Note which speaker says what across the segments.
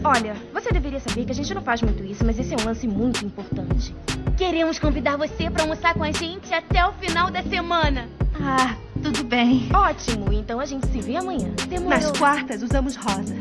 Speaker 1: Olha, você deveria saber que a gente não faz muito isso, mas esse é um lance muito importante.
Speaker 2: Queremos convidar você pra almoçar com a gente até o final da semana.
Speaker 3: Ah, tudo bem.
Speaker 1: Ótimo, então a gente se vê amanhã. Demorou.
Speaker 3: Nas quartas usamos rosa.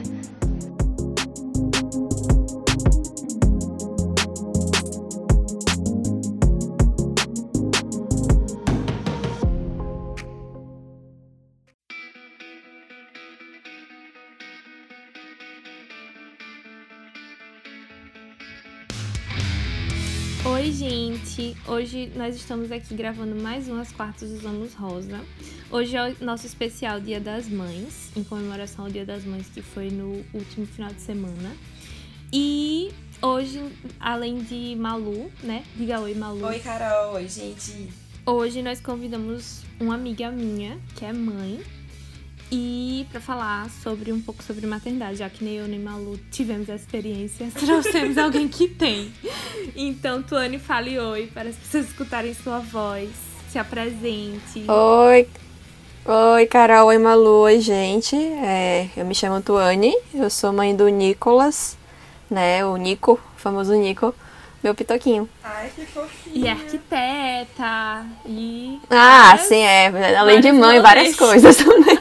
Speaker 4: Oi, gente! Hoje nós estamos aqui gravando mais um As Quartas Usamos Rosa. Hoje é o nosso especial Dia das Mães, em comemoração ao Dia das Mães, que foi no último final de semana. E hoje, além de Malu, né? Diga oi, Malu.
Speaker 5: Oi, Carol. Oi, gente.
Speaker 4: Hoje nós convidamos uma amiga minha, que é mãe, e para falar um pouco sobre maternidade, já que nem eu nem Malu tivemos a experiência, trouxemos alguém que tem. Então, Tuane, fale oi para as pessoas escutarem sua voz. Se apresente.
Speaker 6: Oi, Carol. Oi, Malu. Oi, gente. Eu me chamo Tuane, eu sou mãe do Nicolas, né? O Nico, o famoso Nico, meu pitoquinho.
Speaker 5: Ai, que fofinho.
Speaker 4: E arquiteta. E...
Speaker 6: sim, além de mãe, várias coisas também.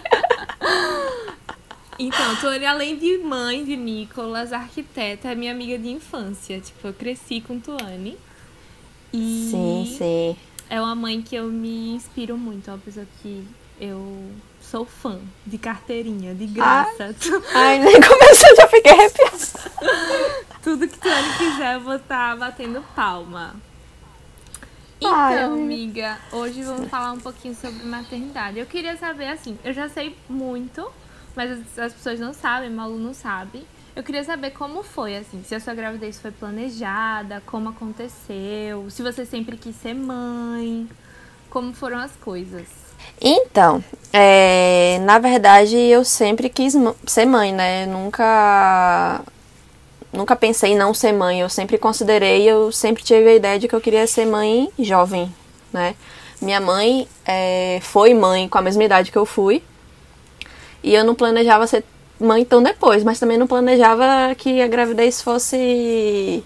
Speaker 4: Então, Tuane, além de mãe de Nicolas, arquiteta, é minha amiga de infância. Tipo, eu cresci com Tuane. E
Speaker 6: Sim.
Speaker 4: é uma mãe que eu me inspiro muito. É uma pessoa que eu sou fã de carteirinha, de graça.
Speaker 6: Ai, nem começou, já fiquei arrepiada.
Speaker 4: Tudo que Tuane quiser, eu vou estar batendo palma. Então, amiga, hoje vamos falar um pouquinho sobre maternidade. Eu queria saber, assim, eu já sei muito, mas as pessoas não sabem, Malu não sabe. Eu queria saber como foi, assim, se a sua gravidez foi planejada, como aconteceu, se você sempre quis ser mãe, como foram as coisas.
Speaker 6: Então, na verdade, eu sempre quis ser mãe, né? Nunca pensei em não ser mãe, eu sempre tive a ideia de que eu queria ser mãe jovem, né? Minha mãe foi mãe com a mesma idade que eu fui, e eu não planejava ser mãe tão depois, mas também não planejava que a gravidez fosse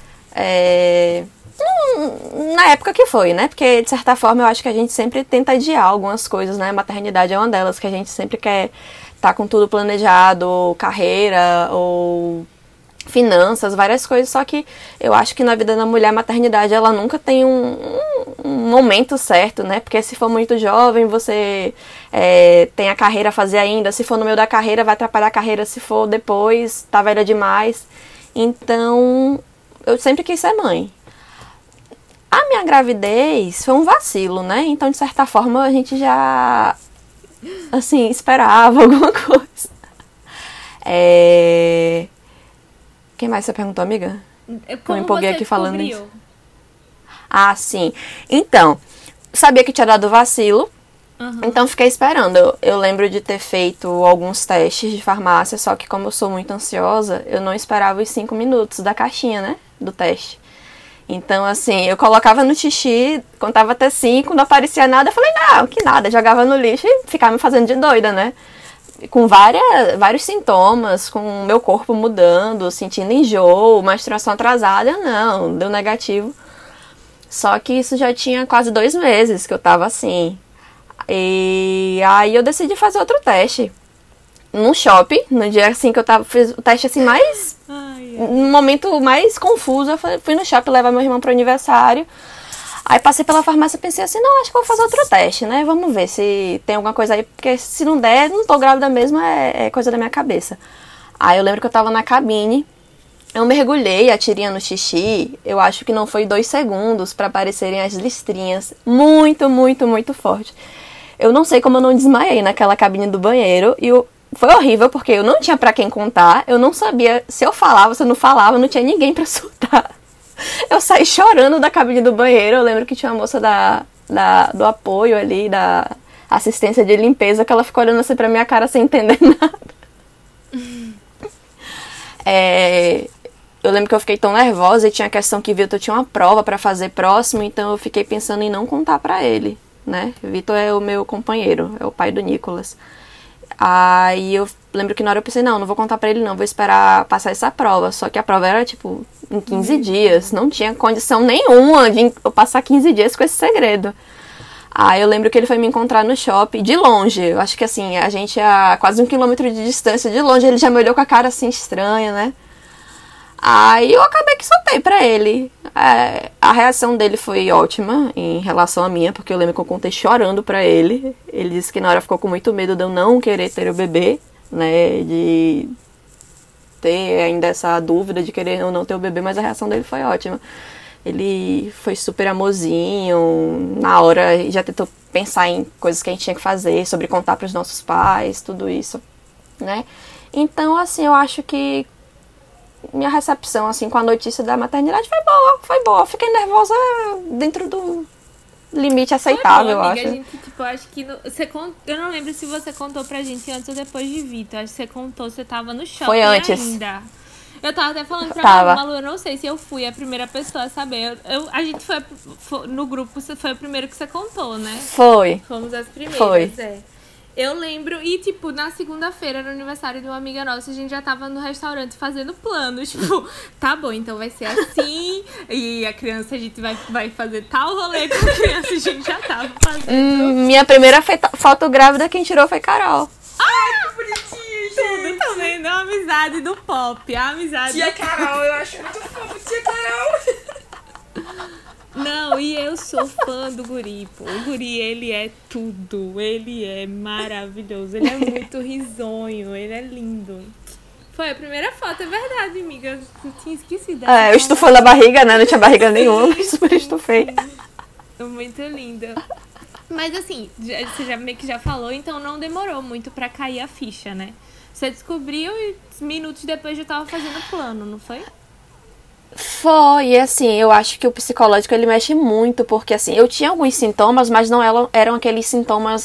Speaker 6: na época que foi, né? Porque, de certa forma, eu acho que a gente sempre tenta adiar algumas coisas, né? A maternidade é uma delas, que a gente sempre quer estar com tudo planejado, ou carreira, ou finanças, várias coisas, só que eu acho que na vida da mulher a maternidade ela nunca tem um momento certo, né? Porque se for muito jovem, você tem a carreira a fazer ainda, se for no meio da carreira vai atrapalhar a carreira, se for depois, tá velha demais. Então, eu sempre quis ser mãe. A minha gravidez foi um vacilo, né? Então, de certa forma, a gente já, assim, esperava alguma coisa. Quem mais você perguntou, amiga?
Speaker 4: Como
Speaker 6: me empolguei
Speaker 4: você
Speaker 6: aqui falando
Speaker 4: descobriu?
Speaker 6: isso. Ah, sim. Então, sabia que tinha dado vacilo, então fiquei esperando. Eu lembro de ter feito alguns testes de farmácia, só que como eu sou muito ansiosa, eu não esperava os 5 minutos da caixinha, né, do teste. Então, assim, eu colocava no xixi, contava até 5, não aparecia nada, eu falei, não, que nada, jogava no lixo e ficava me fazendo de doida, né? Com vários sintomas, com o meu corpo mudando, sentindo enjoo, menstruação atrasada, não, deu negativo. Só que isso já tinha quase 2 meses que eu tava assim. E aí eu decidi fazer outro teste. No shopping, no dia assim que eu fiz o teste assim mais... No momento mais confuso, eu fui no shopping levar meu irmão pro aniversário. Aí passei pela farmácia e pensei assim, não, acho que vou fazer outro teste, né? Vamos ver se tem alguma coisa aí, porque se não der, não tô grávida mesmo, é coisa da minha cabeça. Aí eu lembro que eu tava na cabine, eu mergulhei a tirinha no xixi, eu acho que não foi 2 segundos pra aparecerem as listrinhas, muito, muito, muito forte. Eu não sei como eu não desmaiei naquela cabine do banheiro, e foi horrível, porque eu não tinha pra quem contar, eu não sabia se eu falava, se eu não falava, não tinha ninguém pra soltar. Eu saí chorando da cabine do banheiro. Eu lembro que tinha uma moça do apoio ali, da assistência de limpeza, que ela ficou olhando assim pra minha cara sem entender nada. Eu lembro que eu fiquei tão nervosa e tinha a questão que Vitor tinha uma prova pra fazer próximo, então eu fiquei pensando em não contar pra ele, né? Vitor é o meu companheiro, é o pai do Nicolas. Aí eu lembro que na hora eu pensei, não vou contar pra ele não, vou esperar passar essa prova. Só que a prova era, tipo, em 15 dias. Não tinha condição nenhuma de eu passar 15 dias com esse segredo. Aí eu lembro que ele foi me encontrar no shopping, de longe. Eu acho que, assim, a gente a quase 1 quilômetro de distância. De longe, ele já me olhou com a cara, assim, estranha, né? Aí eu acabei que soltei pra ele. A reação dele foi ótima em relação à minha, porque eu lembro que eu contei chorando pra ele. Ele disse que na hora ficou com muito medo de eu não querer ter o bebê, né? De ter ainda essa dúvida de querer ou não ter o bebê, mas a reação dele foi ótima. Ele foi super amorzinho, na hora já tentou pensar em coisas que a gente tinha que fazer, sobre contar pros nossos pais, tudo isso, né? Então, assim, eu acho que minha recepção, assim, com a notícia da maternidade foi boa. Fiquei nervosa dentro do limite aceitável,
Speaker 4: boa,
Speaker 6: eu
Speaker 4: amiga.
Speaker 6: acho.
Speaker 4: A gente, tipo, acho que... eu não lembro se você contou pra gente antes ou depois de Vitor. Acho que você contou, você tava no shopping.
Speaker 6: Foi antes.
Speaker 4: Ainda. Eu tava até falando pra Malu, eu não sei se eu fui a primeira pessoa a saber. A gente foi no grupo, você foi o primeiro que você contou, né?
Speaker 6: Foi.
Speaker 4: Fomos as primeiras,
Speaker 6: Foi.
Speaker 4: Eu lembro, e tipo, na segunda-feira, era aniversário de uma amiga nossa, a gente já tava no restaurante fazendo planos, tipo, tá bom, então vai ser assim, e a criança, a gente vai fazer tal rolê com a criança, a gente já tava fazendo.
Speaker 6: Minha primeira foto grávida quem tirou foi Carol.
Speaker 5: Ai, que bonitinho,
Speaker 4: Tudo, tá vendo? A amizade do pop, a amizade
Speaker 5: Tia Carol, eu acho muito fofo, tia Carol.
Speaker 4: Não, e eu sou fã do guri, pô. O guri, ele é tudo. Ele é maravilhoso. Ele é muito risonho. Ele é lindo. Foi a primeira foto, é verdade, amiga. Eu tinha esquecido.
Speaker 6: Eu estufando a barriga, né? Não tinha barriga nenhuma, mas super estufei.
Speaker 4: Muito linda. Mas assim, você já meio que já falou, então não demorou muito pra cair a ficha, né? Você descobriu e minutos depois já tava fazendo plano, não foi?
Speaker 6: Foi, e assim, eu acho que o psicológico ele mexe muito, porque assim, eu tinha alguns sintomas, mas não eram aqueles sintomas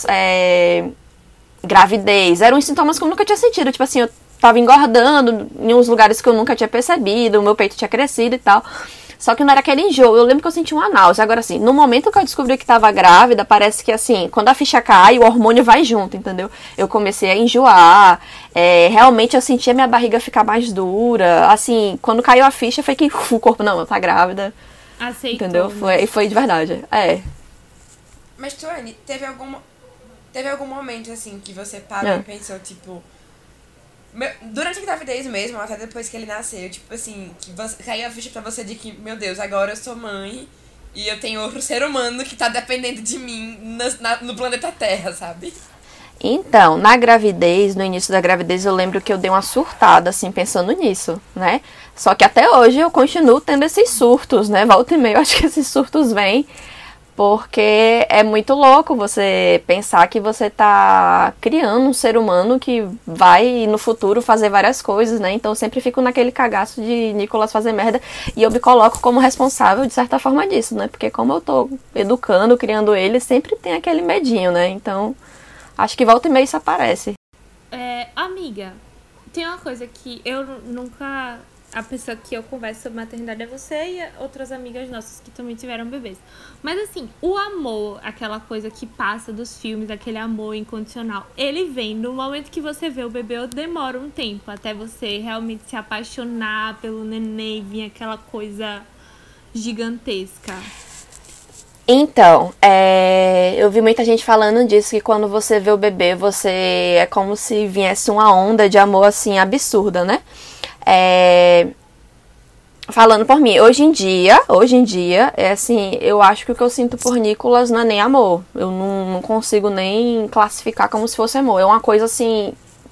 Speaker 6: gravidez, eram os sintomas que eu nunca tinha sentido, tipo assim, eu tava engordando em uns lugares que eu nunca tinha percebido, o meu peito tinha crescido e tal, só que não era aquele enjoo, eu lembro que eu senti uma náusea. Agora assim, no momento que eu descobri que tava grávida, parece que assim, quando a ficha cai, o hormônio vai junto, entendeu? Eu comecei a enjoar, realmente eu senti a minha barriga ficar mais dura, assim, quando caiu a ficha foi que o corpo, não, eu tá grávida.
Speaker 4: Aceitou.
Speaker 6: Entendeu? Foi de verdade,
Speaker 5: Mas, Tuane, teve algum momento, assim, que você parou e pensou, tipo... Durante a gravidez mesmo, até depois que ele nasceu, tipo assim, que caiu a ficha pra você de que, meu Deus, agora eu sou mãe e eu tenho outro ser humano que tá dependendo de mim no planeta Terra, sabe?
Speaker 6: Então, na gravidez, no início da gravidez, eu lembro que eu dei uma surtada, assim, pensando nisso, né? Só que até hoje eu continuo tendo esses surtos, né? Volta e meia, eu acho que esses surtos vêm. Porque é muito louco você pensar que você tá criando um ser humano que vai no futuro fazer várias coisas, né? Então eu sempre fico naquele cagaço de Nicolas fazer merda e eu me coloco como responsável de certa forma disso, né? Porque como eu tô educando, criando ele, sempre tem aquele medinho, né? Então acho que volta e meia isso aparece.
Speaker 4: Amiga, tem uma coisa que eu nunca... A pessoa que eu converso sobre maternidade é você e outras amigas nossas que também tiveram bebês. Mas assim, o amor, aquela coisa que passa dos filmes, aquele amor incondicional, ele vem no momento que você vê o bebê ou demora um tempo até você realmente se apaixonar pelo neném, vir aquela coisa gigantesca.
Speaker 6: Então, eu vi muita gente falando disso, que quando você vê o bebê, é como se viesse uma onda de amor, assim, absurda, né? Falando por mim, hoje em dia, assim, eu acho que o que eu sinto por Nicolas não é nem amor. Eu não consigo nem classificar como se fosse amor. É uma coisa, assim...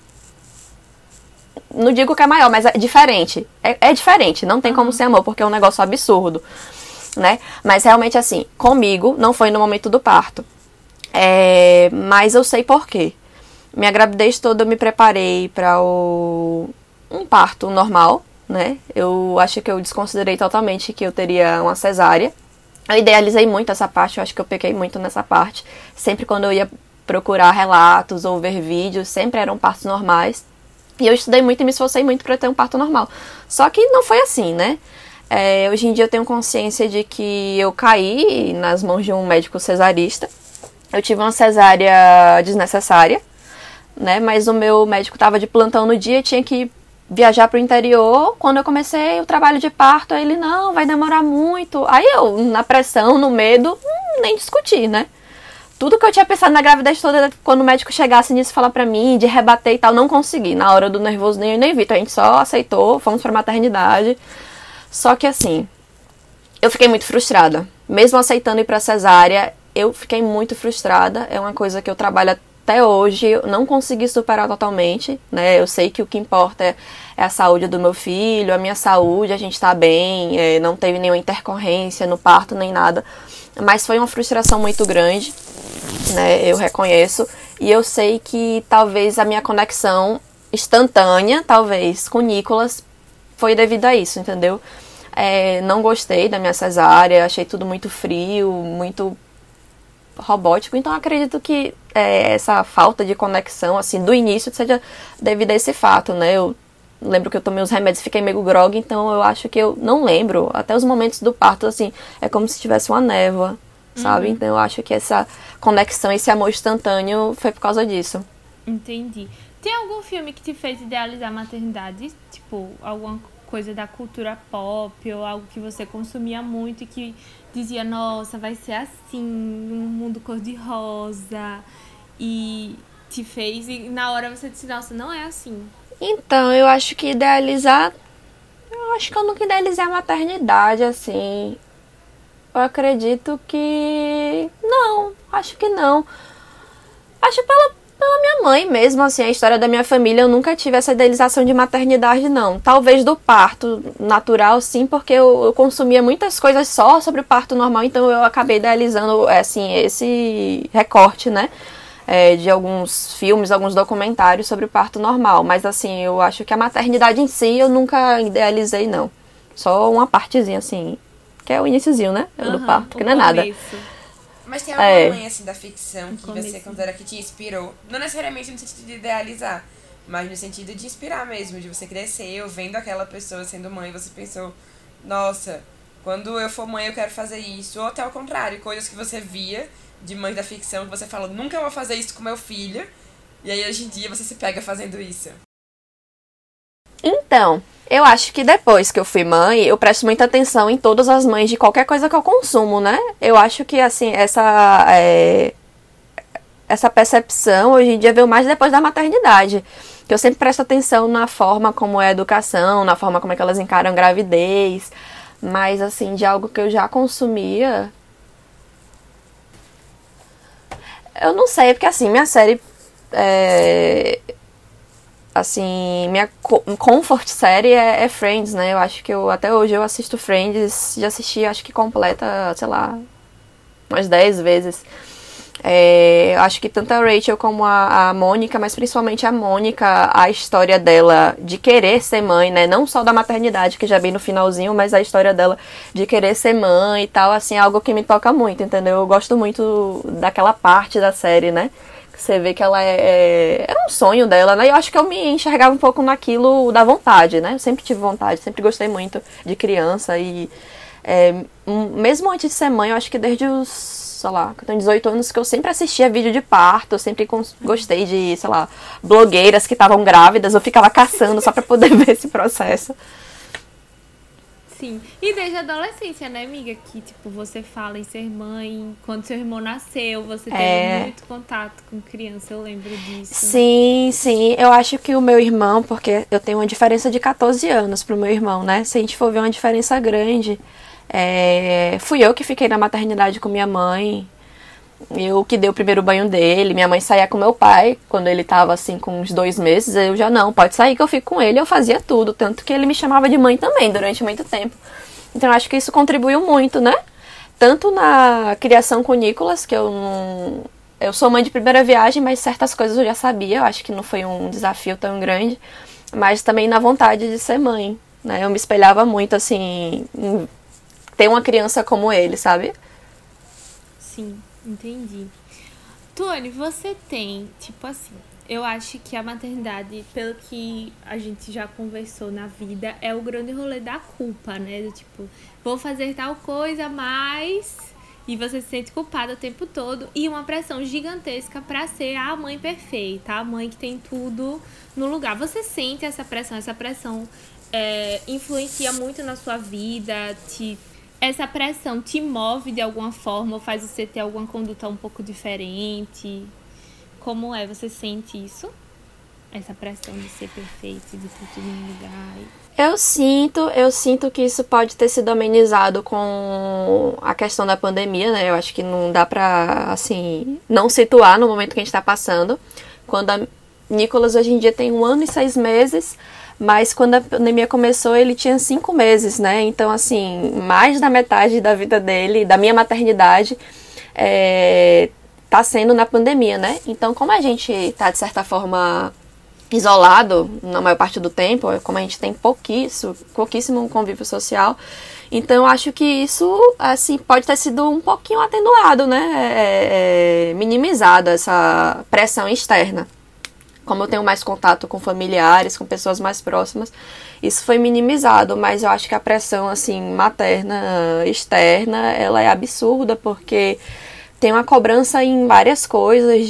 Speaker 6: Não digo que é maior, mas é diferente. É diferente, não tem como ser amor, porque é um negócio absurdo, né? Mas realmente, assim, comigo não foi no momento do parto. Mas eu sei por quê. Minha gravidez toda eu me preparei para um parto normal, né? Eu acho que eu desconsiderei totalmente que eu teria uma cesárea. Eu idealizei muito essa parte, eu acho que eu pequei muito nessa parte. Sempre quando eu ia procurar relatos ou ver vídeos, sempre eram partos normais. E eu estudei muito e me esforcei muito para ter um parto normal. Só que não foi assim, né? Hoje em dia eu tenho consciência de que eu caí nas mãos de um médico cesarista. Eu tive uma cesárea desnecessária. né? Mas o meu médico estava de plantão no dia, tinha que viajar pro interior. Quando eu comecei o trabalho de parto, ele, não, vai demorar muito. Aí eu, na pressão, no medo, nem discuti, né? Tudo que eu tinha pensado na gravidez toda, quando o médico chegasse nisso, falar pra mim, de rebater e tal, não consegui. Na hora do nervoso, nem vi. Então a gente só aceitou, fomos pra maternidade. Só que assim, eu fiquei muito frustrada. Mesmo aceitando ir pra cesárea, eu fiquei muito frustrada. É uma coisa que eu trabalho até hoje, eu não consegui superar totalmente, né? Eu sei que o que importa é a saúde do meu filho, a minha saúde, a gente tá bem, não teve nenhuma intercorrência no parto, nem nada. Mas foi uma frustração muito grande, né? Eu reconheço. E eu sei que talvez a minha conexão instantânea, talvez, com o Nicolas, foi devido a isso, entendeu? Não gostei da minha cesárea, achei tudo muito frio, muito robótico. Então acredito que essa falta de conexão, assim, do início seja devido a esse fato, né? Eu lembro que eu tomei os remédios e fiquei meio grogue, então eu acho que eu não lembro. Até os momentos do parto, assim, é como se tivesse uma névoa, sabe? Então eu acho que essa conexão, esse amor instantâneo foi por causa disso.
Speaker 4: Entendi. Tem algum filme que te fez idealizar a maternidade? Tipo, alguma coisa da cultura pop ou algo que você consumia muito e que dizia, nossa, vai ser assim, um mundo cor-de-rosa, e te fez, e na hora você disse, nossa, não é assim.
Speaker 6: Então, eu acho que idealizar... Eu acho que eu nunca idealizei a maternidade, assim. Eu acredito que... Não, acho que não. Acho pela minha mãe mesmo, assim, a história da minha família, eu nunca tive essa idealização de maternidade, não. Talvez do parto natural, sim, porque eu consumia muitas coisas só sobre o parto normal, então eu acabei idealizando, assim, esse recorte, né? De alguns filmes, alguns documentários sobre o parto normal. Mas, assim, eu acho que a maternidade em si eu nunca idealizei, não. Só uma partezinha, assim, que é o iniciozinho, né? Do parto, que não é nada.
Speaker 5: Mas tem alguma mãe, assim, da ficção que você considera que te inspirou? Não necessariamente no sentido de idealizar, mas no sentido de inspirar mesmo, de você crescer, vendo aquela pessoa sendo mãe, você pensou, nossa, quando eu for mãe eu quero fazer isso. Ou até ao contrário, coisas que você via de mãe da ficção, que você fala, nunca vou fazer isso com meu filho, e aí hoje em dia você se pega fazendo isso.
Speaker 6: Então, eu acho que depois que eu fui mãe, eu presto muita atenção em todas as mães de qualquer coisa que eu consumo, né? Eu acho que, assim, essa percepção hoje em dia veio mais depois da maternidade. Que eu sempre presto atenção na forma como é a educação, na forma como é que elas encaram a gravidez. Mas, assim, de algo que eu já consumia... Eu não sei, porque, assim, minha série... Assim, minha comfort série é Friends, né? Eu acho que até hoje eu assisto Friends, já assisti, acho que completa, sei lá, umas 10 vezes. Eu acho que tanto a Rachel como a Mônica, mas principalmente a Mônica, a história dela de querer ser mãe, né? Não só da maternidade, que já vem no finalzinho, mas a história dela de querer ser mãe e tal, assim, é algo que me toca muito, entendeu? Eu gosto muito daquela parte da série, né? Você vê que ela é um sonho dela, né? E eu acho que eu me enxergava um pouco naquilo da vontade, né? Eu sempre tive vontade, sempre gostei muito de criança. E mesmo antes de ser mãe, eu acho que desde os, sei lá, que eu tenho 18 anos, que eu sempre assistia vídeo de parto. Eu sempre gostei de, sei lá, blogueiras que estavam grávidas. Eu ficava caçando só pra poder ver esse processo.
Speaker 4: Sim. E desde a adolescência, né, amiga? Que, tipo, você fala em ser mãe. Quando seu irmão nasceu, você teve muito contato com criança. Eu lembro disso.
Speaker 6: Sim, sim. Eu acho que o meu irmão, porque eu tenho uma diferença de 14 anos pro meu irmão, né? Se a gente for ver uma diferença grande, fui eu que fiquei na maternidade com minha mãe. Eu que dei o primeiro banho dele. Minha mãe saía com meu pai quando ele tava assim com uns 2 meses. Eu já não, pode sair que eu fico com ele. Eu fazia tudo, tanto que ele me chamava de mãe também durante muito tempo. Então eu acho que isso contribuiu muito, né? Tanto na criação com o Nicolas, que eu sou mãe de primeira viagem, mas certas coisas eu já sabia. Eu acho que não foi um desafio tão grande. Mas também na vontade de ser mãe, né? Eu me espelhava muito assim em ter uma criança como ele, sabe?
Speaker 4: Sim. Entendi. Tuane, você tem, tipo assim, eu acho que a maternidade, pelo que a gente já conversou na vida, é o grande rolê da culpa, né? Do tipo, vou fazer tal coisa, mas E você se sente culpada o tempo todo. E uma pressão gigantesca pra ser a mãe perfeita. A mãe que tem tudo no lugar. Você sente essa pressão. Essa pressão influencia muito na sua vida. Essa pressão te move de alguma forma. Ou faz você ter alguma conduta um pouco diferente. Como é? Você sente isso? Essa pressão de ser perfeito, de ter tudo no lugar.
Speaker 6: Eu sinto que isso pode ter sido amenizado com a questão da pandemia, né? Eu acho que não dá pra, assim, não situar no momento que a gente tá passando. Quando a Nicolas hoje em dia tem 1 ano e 6 meses, mas quando a pandemia começou ele tinha 5 meses, né? Então, assim, mais da metade da vida dele, da minha maternidade, tá sendo na pandemia, né? Então, como a gente tá, de certa forma, isolado na maior parte do tempo, como a gente tem pouquíssimo convívio social, então eu acho que isso, assim, pode ter sido um pouquinho atenuado, né, minimizado essa pressão externa. Como eu tenho mais contato com familiares, com pessoas mais próximas, isso foi minimizado, mas eu acho que a pressão, assim, materna, externa, ela é absurda, porque tem uma cobrança em várias coisas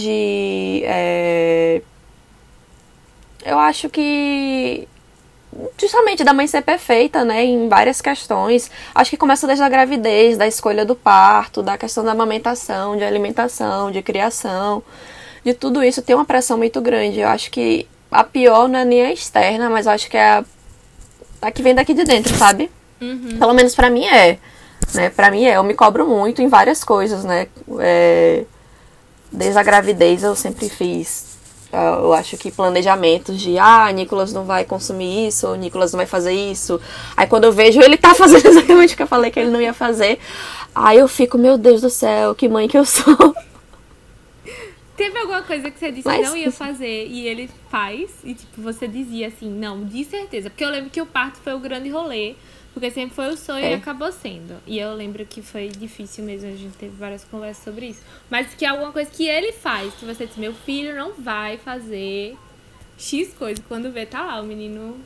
Speaker 6: eu acho que justamente da mãe ser perfeita, né, em várias questões. Acho que começa desde a gravidez, da escolha do parto, da questão da amamentação, de alimentação, de criação, de tudo isso tem uma pressão muito grande. Eu acho que a pior não é nem a externa, mas eu acho que é a que vem daqui de dentro, sabe? Uhum. Pelo menos pra mim né, pra mim eu me cobro muito em várias coisas, né, desde a gravidez eu sempre fiz... Eu acho que planejamentos de Nicolas não vai consumir isso, ou Nicolas não vai fazer isso. Aí quando eu vejo ele tá fazendo exatamente o que eu falei que ele não ia fazer, aí eu fico, meu Deus do céu, que mãe que eu sou.
Speaker 4: Teve alguma coisa que você disse que não ia fazer e ele faz? E tipo, você dizia assim, não, de certeza. Porque eu lembro que o parto foi o grande rolê. Porque sempre foi o sonho e acabou sendo. E eu lembro que foi difícil mesmo, a gente teve várias conversas sobre isso. Mas que é alguma coisa que ele faz, que você diz, meu filho não vai fazer X coisa. Quando vê, tá lá, o menino...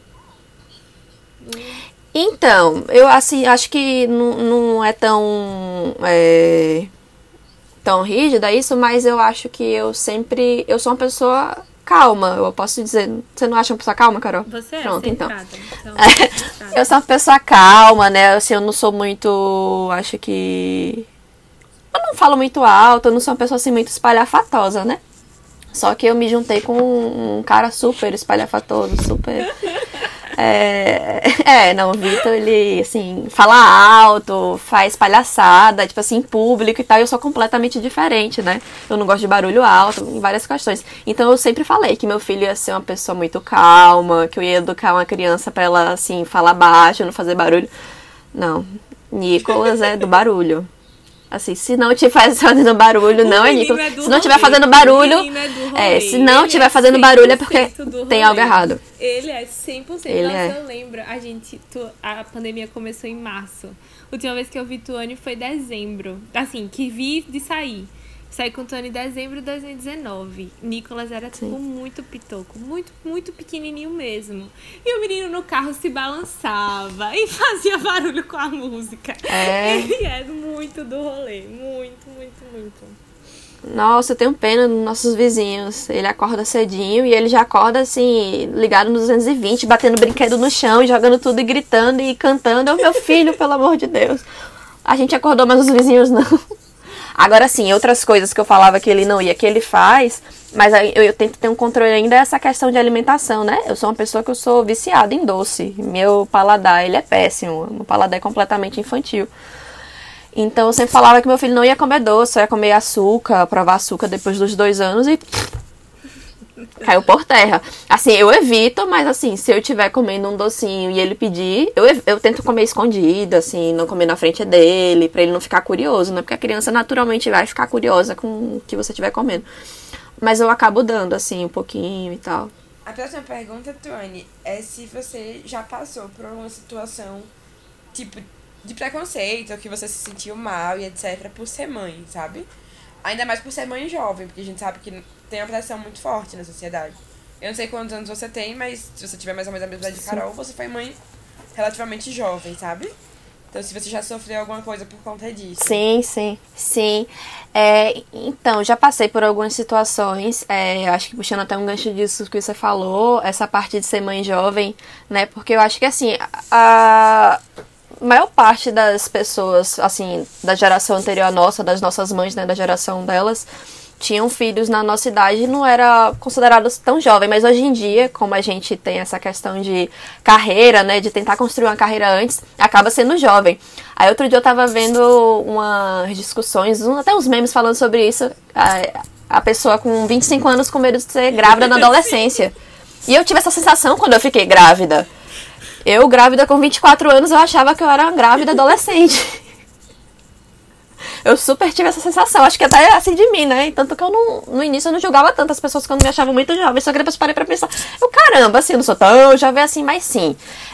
Speaker 6: Então, eu assim, acho que não é tão rígida isso, mas eu acho que eu sou uma pessoa... calma, eu posso dizer. Você não acha uma pessoa calma, Carol?
Speaker 4: Você é.
Speaker 6: Pronto, então.
Speaker 4: Então
Speaker 6: eu sou uma pessoa calma, né? Assim, eu não sou muito. Acho que. Eu não falo muito alto, eu não sou uma pessoa assim muito espalhafatosa, né? Só que eu me juntei com um cara super espalhafatoso, super. Não, o Vitor, ele, assim, fala alto, faz palhaçada, tipo assim, em público e tal, e eu sou completamente diferente, né? Eu não gosto de barulho alto, em várias questões. Então eu sempre falei que meu filho ia ser uma pessoa muito calma, que eu ia educar uma criança pra ela, assim, falar baixo, não fazer barulho. Não, Nicolas é do barulho. Assim, se não estiver fazendo barulho, não é Nicolas. Se não estiver fazendo barulho, se não estiver fazendo barulho é porque tem algo errado.
Speaker 4: Ele é 100%. Nossa, eu lembro, a pandemia começou em março. A última vez que eu vi Tuane foi em dezembro. Assim, que vi de sair. Saí com o Tuane em dezembro de 2019. Nicolas era, tipo, muito pitoco. Muito, muito pequenininho mesmo. E o menino no carro se balançava e fazia barulho com a música. Ele é muito do rolê. Muito, muito, muito.
Speaker 6: Nossa, eu tenho pena dos nossos vizinhos. Ele acorda cedinho e ele já acorda, assim, ligado no 220, batendo brinquedo no chão, jogando tudo e gritando e cantando. Meu filho, pelo amor de Deus. A gente acordou, mas os vizinhos não. Agora, sim, outras coisas que eu falava que ele não ia, que ele faz, mas eu tento ter um controle ainda essa questão de alimentação, né? Eu sou uma pessoa que eu sou viciada em doce. Meu paladar, ele é péssimo. Meu paladar é completamente infantil. Então, eu sempre falava que meu filho não ia comer doce, só ia comer açúcar, provar açúcar depois dos 2 anos e... caiu por terra. Assim, eu evito, mas assim, se eu estiver comendo um docinho e ele pedir, eu tento comer escondido, assim, não comer na frente dele, pra ele não ficar curioso, né? Porque a criança naturalmente vai ficar curiosa com o que você estiver comendo. Mas eu acabo dando, assim, um pouquinho e tal.
Speaker 5: A próxima pergunta, Tuane, é se você já passou por uma situação, tipo, de preconceito, ou que você se sentiu mal e etc, por ser mãe, sabe? Ainda mais por ser mãe jovem, porque a gente sabe que tem uma pressão muito forte na sociedade. Eu não sei quantos anos você tem, mas se você tiver mais ou menos a mesma idade de Carol, você foi mãe relativamente jovem, sabe? Então, se você já sofreu alguma coisa por conta disso.
Speaker 6: Sim. Então, já passei por algumas situações, acho que puxando até um gancho disso que você falou, essa parte de ser mãe jovem, né? Porque eu acho que, assim, a maior parte das pessoas, assim, da geração anterior à nossa, das nossas mães, né, da geração delas, tinham filhos na nossa idade e não era considerados tão jovem, mas hoje em dia, como a gente tem essa questão de carreira, né, de tentar construir uma carreira antes, acaba sendo jovem. Aí outro dia eu tava vendo umas discussões, até uns memes falando sobre isso, a pessoa com 25 anos com medo de ser grávida na adolescência. E eu tive essa sensação quando eu fiquei grávida. Eu, grávida com 24 anos, eu achava que eu era uma grávida adolescente. Eu super tive essa sensação, acho que até assim de mim, né? Tanto que eu no início eu não julgava tanto as pessoas quando me achavam muito jovem, só que depois parei pra pensar, caramba, assim, eu não sou tão jovem assim, mas sim.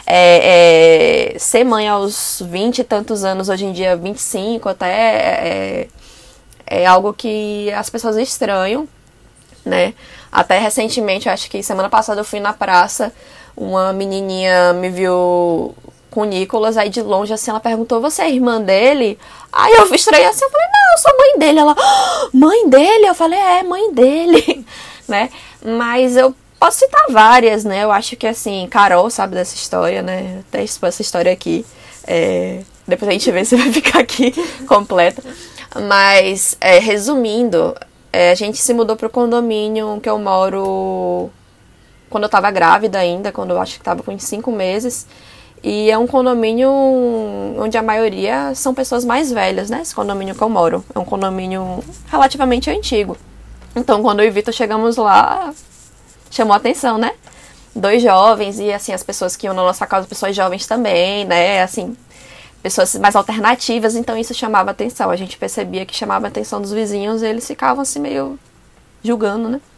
Speaker 6: Ser mãe aos 20 e tantos anos, hoje em dia 25 até, é algo que as pessoas estranham, né? Até recentemente, acho que semana passada eu fui na praça, uma menininha me viu com o Nicolas, aí de longe, assim, ela perguntou, você é irmã dele? Aí eu estranhei assim, eu falei, não, eu sou mãe dele. Ela, mãe dele? Eu falei, mãe dele, né? Mas eu posso citar várias, né? Eu acho que, assim, Carol sabe dessa história, né? Até expor essa história aqui. Depois a gente vê se vai ficar aqui completa. Mas, resumindo, a gente se mudou pro condomínio que eu moro quando eu tava grávida ainda, quando eu acho que tava com 5 meses. E é um condomínio onde a maioria são pessoas mais velhas, né? Esse condomínio que eu moro. É um condomínio relativamente antigo. Então, quando eu e Vitor chegamos lá, chamou a atenção, né? 2 jovens e, assim, as pessoas que iam na nossa casa, pessoas jovens também, né? Assim, pessoas mais alternativas. Então, isso chamava atenção. A gente percebia que chamava a atenção dos vizinhos e eles ficavam, assim, meio julgando, né?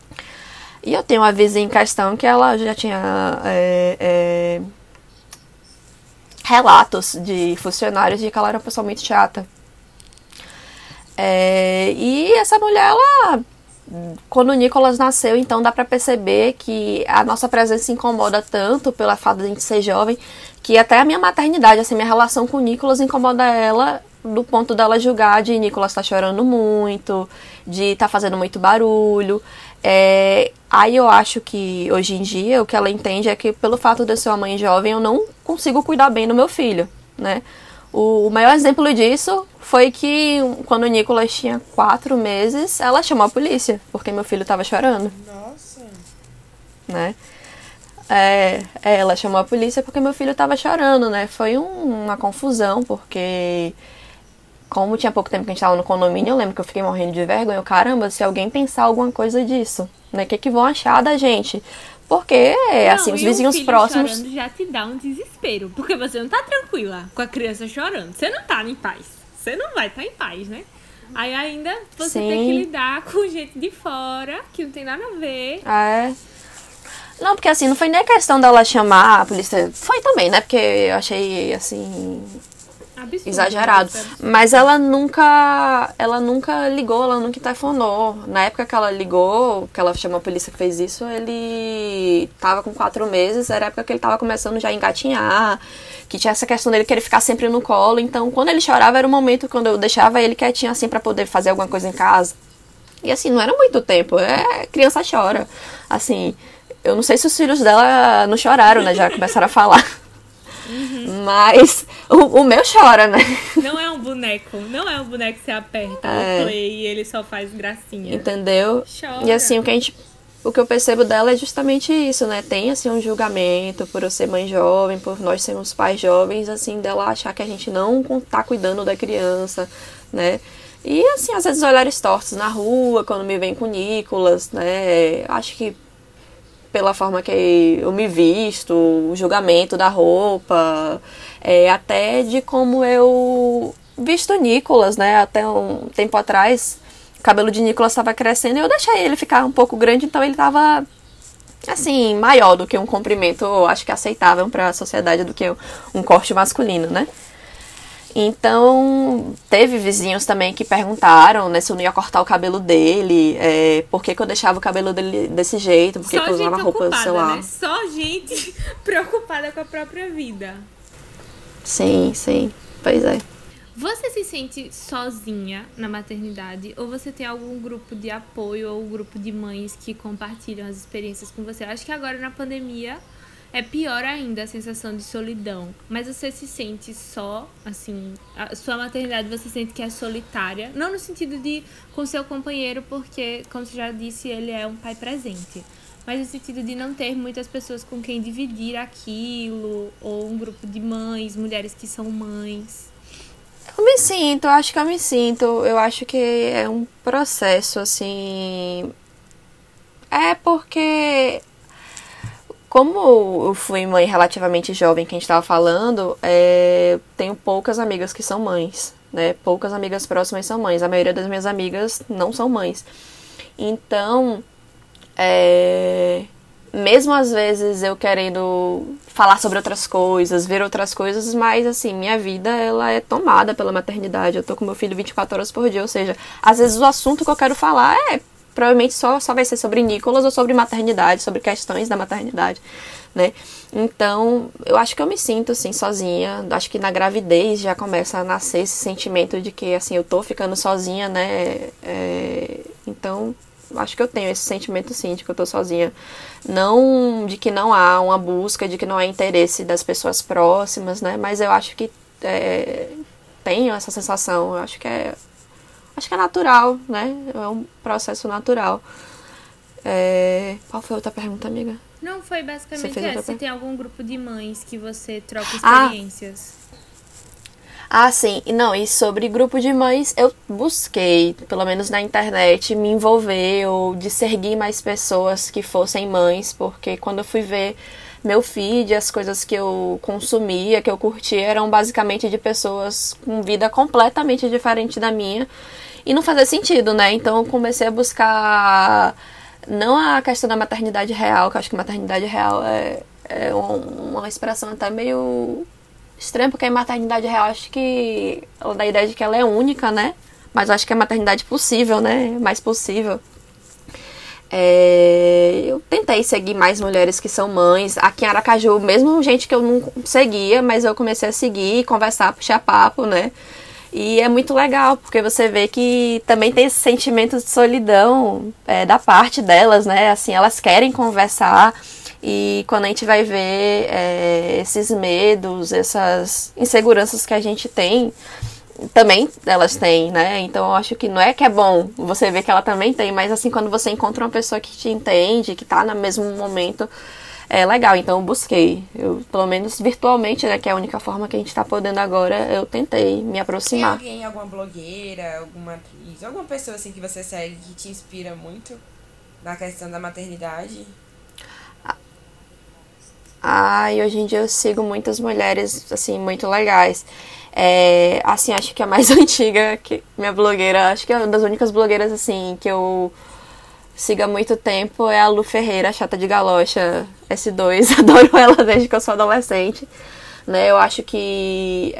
Speaker 6: E eu tenho uma vizinha em questão que ela já tinha... relatos de funcionários de que ela era uma pessoa muito chata. E essa mulher, ela... Quando o Nicolas nasceu, então dá pra perceber que a nossa presença incomoda tanto pela fato de a gente ser jovem, que até a minha maternidade, assim, minha relação com o Nicolas incomoda ela do ponto dela julgar de Nicolas tá chorando muito, de tá fazendo muito barulho. Aí eu acho que hoje em dia o que ela entende é que pelo fato de eu ser uma mãe jovem eu não consigo cuidar bem do meu filho, né? O maior exemplo disso foi que quando o Nicolas tinha 4 meses, ela chamou a polícia, porque meu filho tava chorando.
Speaker 5: Nossa.
Speaker 6: Né? Ela chamou a polícia porque meu filho tava chorando, né? Foi uma confusão, porque como tinha pouco tempo que a gente tava no condomínio, eu lembro que eu fiquei morrendo de vergonha. Caramba, se alguém pensar alguma coisa disso, né? O que vão achar da gente? Porque, assim, os vizinhos próximos...
Speaker 4: chorando já te dá um desespero, porque você não tá tranquila com a criança chorando. Você não tá em paz. Você não vai estar em paz, né? Aí ainda você tem que lidar com gente de fora, que não tem nada a ver.
Speaker 6: Não, porque assim, não foi nem a questão dela chamar a polícia. Foi também, né? Porque eu achei, assim... absurdo, exagerado. Mas ela nunca ligou, ela nunca telefonou. Na época que ela ligou, que ela chamou a polícia que fez isso, ele tava com 4 meses, era a época que ele tava começando já a engatinhar, que tinha essa questão dele querer ficar sempre no colo. Então, quando ele chorava, era o momento quando eu deixava ele quietinho, assim, pra poder fazer alguma coisa em casa. E assim, não era muito tempo, criança chora. Assim, eu não sei se os filhos dela não choraram, né, já começaram a falar. Uhum. Mas o meu chora, né?
Speaker 4: Não é um boneco que você aperta o play e ele só faz gracinha.
Speaker 6: Entendeu?
Speaker 4: Chora.
Speaker 6: E assim, o que eu percebo dela é justamente isso, né? Tem assim um julgamento por eu ser mãe jovem, por nós sermos pais jovens, assim, dela achar que a gente não tá cuidando da criança, né? E assim, às vezes olhares tortos na rua, quando me vem com o Nicolas, né? Acho que pela forma que eu me visto, o julgamento da roupa, até de como eu visto o Nicolas, né? Até um tempo atrás, o cabelo de Nicolas estava crescendo e eu deixei ele ficar um pouco grande, então ele estava, assim, maior do que um comprimento, acho que aceitável para a sociedade, do que um corte masculino, né? Então, teve vizinhos também que perguntaram, né, se eu não ia cortar o cabelo dele, por que eu deixava o cabelo dele desse jeito, por que eu usava roupa, sei lá.
Speaker 4: Né? Só gente preocupada com a própria vida.
Speaker 6: Sim, sim. Pois é.
Speaker 4: Você se sente sozinha na maternidade ou você tem algum grupo de apoio ou um grupo de mães que compartilham as experiências com você? Acho que agora na pandemia é pior ainda a sensação de solidão. Mas você se sente só, assim, a sua maternidade você sente que é solitária? Não no sentido de com seu companheiro, porque, como você já disse, ele é um pai presente. Mas no sentido de não ter muitas pessoas com quem dividir aquilo, ou um grupo de mães, mulheres que são mães.
Speaker 6: Acho que eu me sinto. Eu acho que é um processo, assim. É porque, como eu fui mãe relativamente jovem, que a gente tava falando, tenho poucas amigas que são mães, né? Poucas amigas próximas são mães. A maioria das minhas amigas não são mães. Então, mesmo às vezes eu querendo falar sobre outras coisas, ver outras coisas, mas assim, minha vida ela é tomada pela maternidade. Eu tô com meu filho 24 horas por dia, ou seja, às vezes o assunto que eu quero falar provavelmente só vai ser sobre Nicolas ou sobre maternidade, sobre questões da maternidade, né? Então, eu acho que eu me sinto assim sozinha. Acho que na gravidez já começa a nascer esse sentimento de que assim, eu tô ficando sozinha, né? Então, acho que eu tenho esse sentimento sim, de que eu tô sozinha. Não de que não há uma busca, de que não há interesse das pessoas próximas, né? Mas eu acho que tenho essa sensação. Eu acho que é natural, né? É um processo natural. Qual foi a outra pergunta, amiga?
Speaker 4: Não, foi basicamente essa. Se tem algum grupo de mães que você troca experiências.
Speaker 6: Sim. Não, e sobre grupo de mães, eu busquei, pelo menos na internet, me envolver ou de seguir mais pessoas que fossem mães, porque quando eu fui ver meu feed, as coisas que eu consumia, que eu curtia, eram basicamente de pessoas com vida completamente diferente da minha, e não fazia sentido, né? Então eu comecei a buscar, não a questão da maternidade real, que eu acho que maternidade real é uma expressão até meio estranho, porque a maternidade real, acho que ela dá a ideia de que ela é única, né? Mas eu acho que é a maternidade possível, né? Mais possível. Eu tentei seguir mais mulheres que são mães. Aqui em Aracaju, mesmo gente que eu não seguia, mas eu comecei a seguir, conversar, puxar papo, né? E é muito legal, porque você vê que também tem esse sentimento de solidão da parte delas, né? Assim, elas querem conversar. E quando a gente vai ver esses medos, essas inseguranças que a gente tem, também elas têm, né? Então eu acho que não é que é bom você ver que ela também tem, mas assim, quando você encontra uma pessoa que te entende, que tá no mesmo momento, é legal. Então eu busquei, pelo menos virtualmente, né? Que é a única forma que a gente tá podendo agora, eu tentei me aproximar.
Speaker 5: Tem alguém, alguma blogueira, alguma atriz, alguma pessoa assim que você segue que te inspira muito na questão da maternidade?
Speaker 6: E hoje em dia eu sigo muitas mulheres, assim, muito legais. Assim, acho que a mais antiga, que minha blogueira, acho que é uma das únicas blogueiras, assim, que eu sigo há muito tempo é a Lu Ferreira, Chata de Galocha S2. Adoro ela desde que eu sou adolescente, né? Eu acho que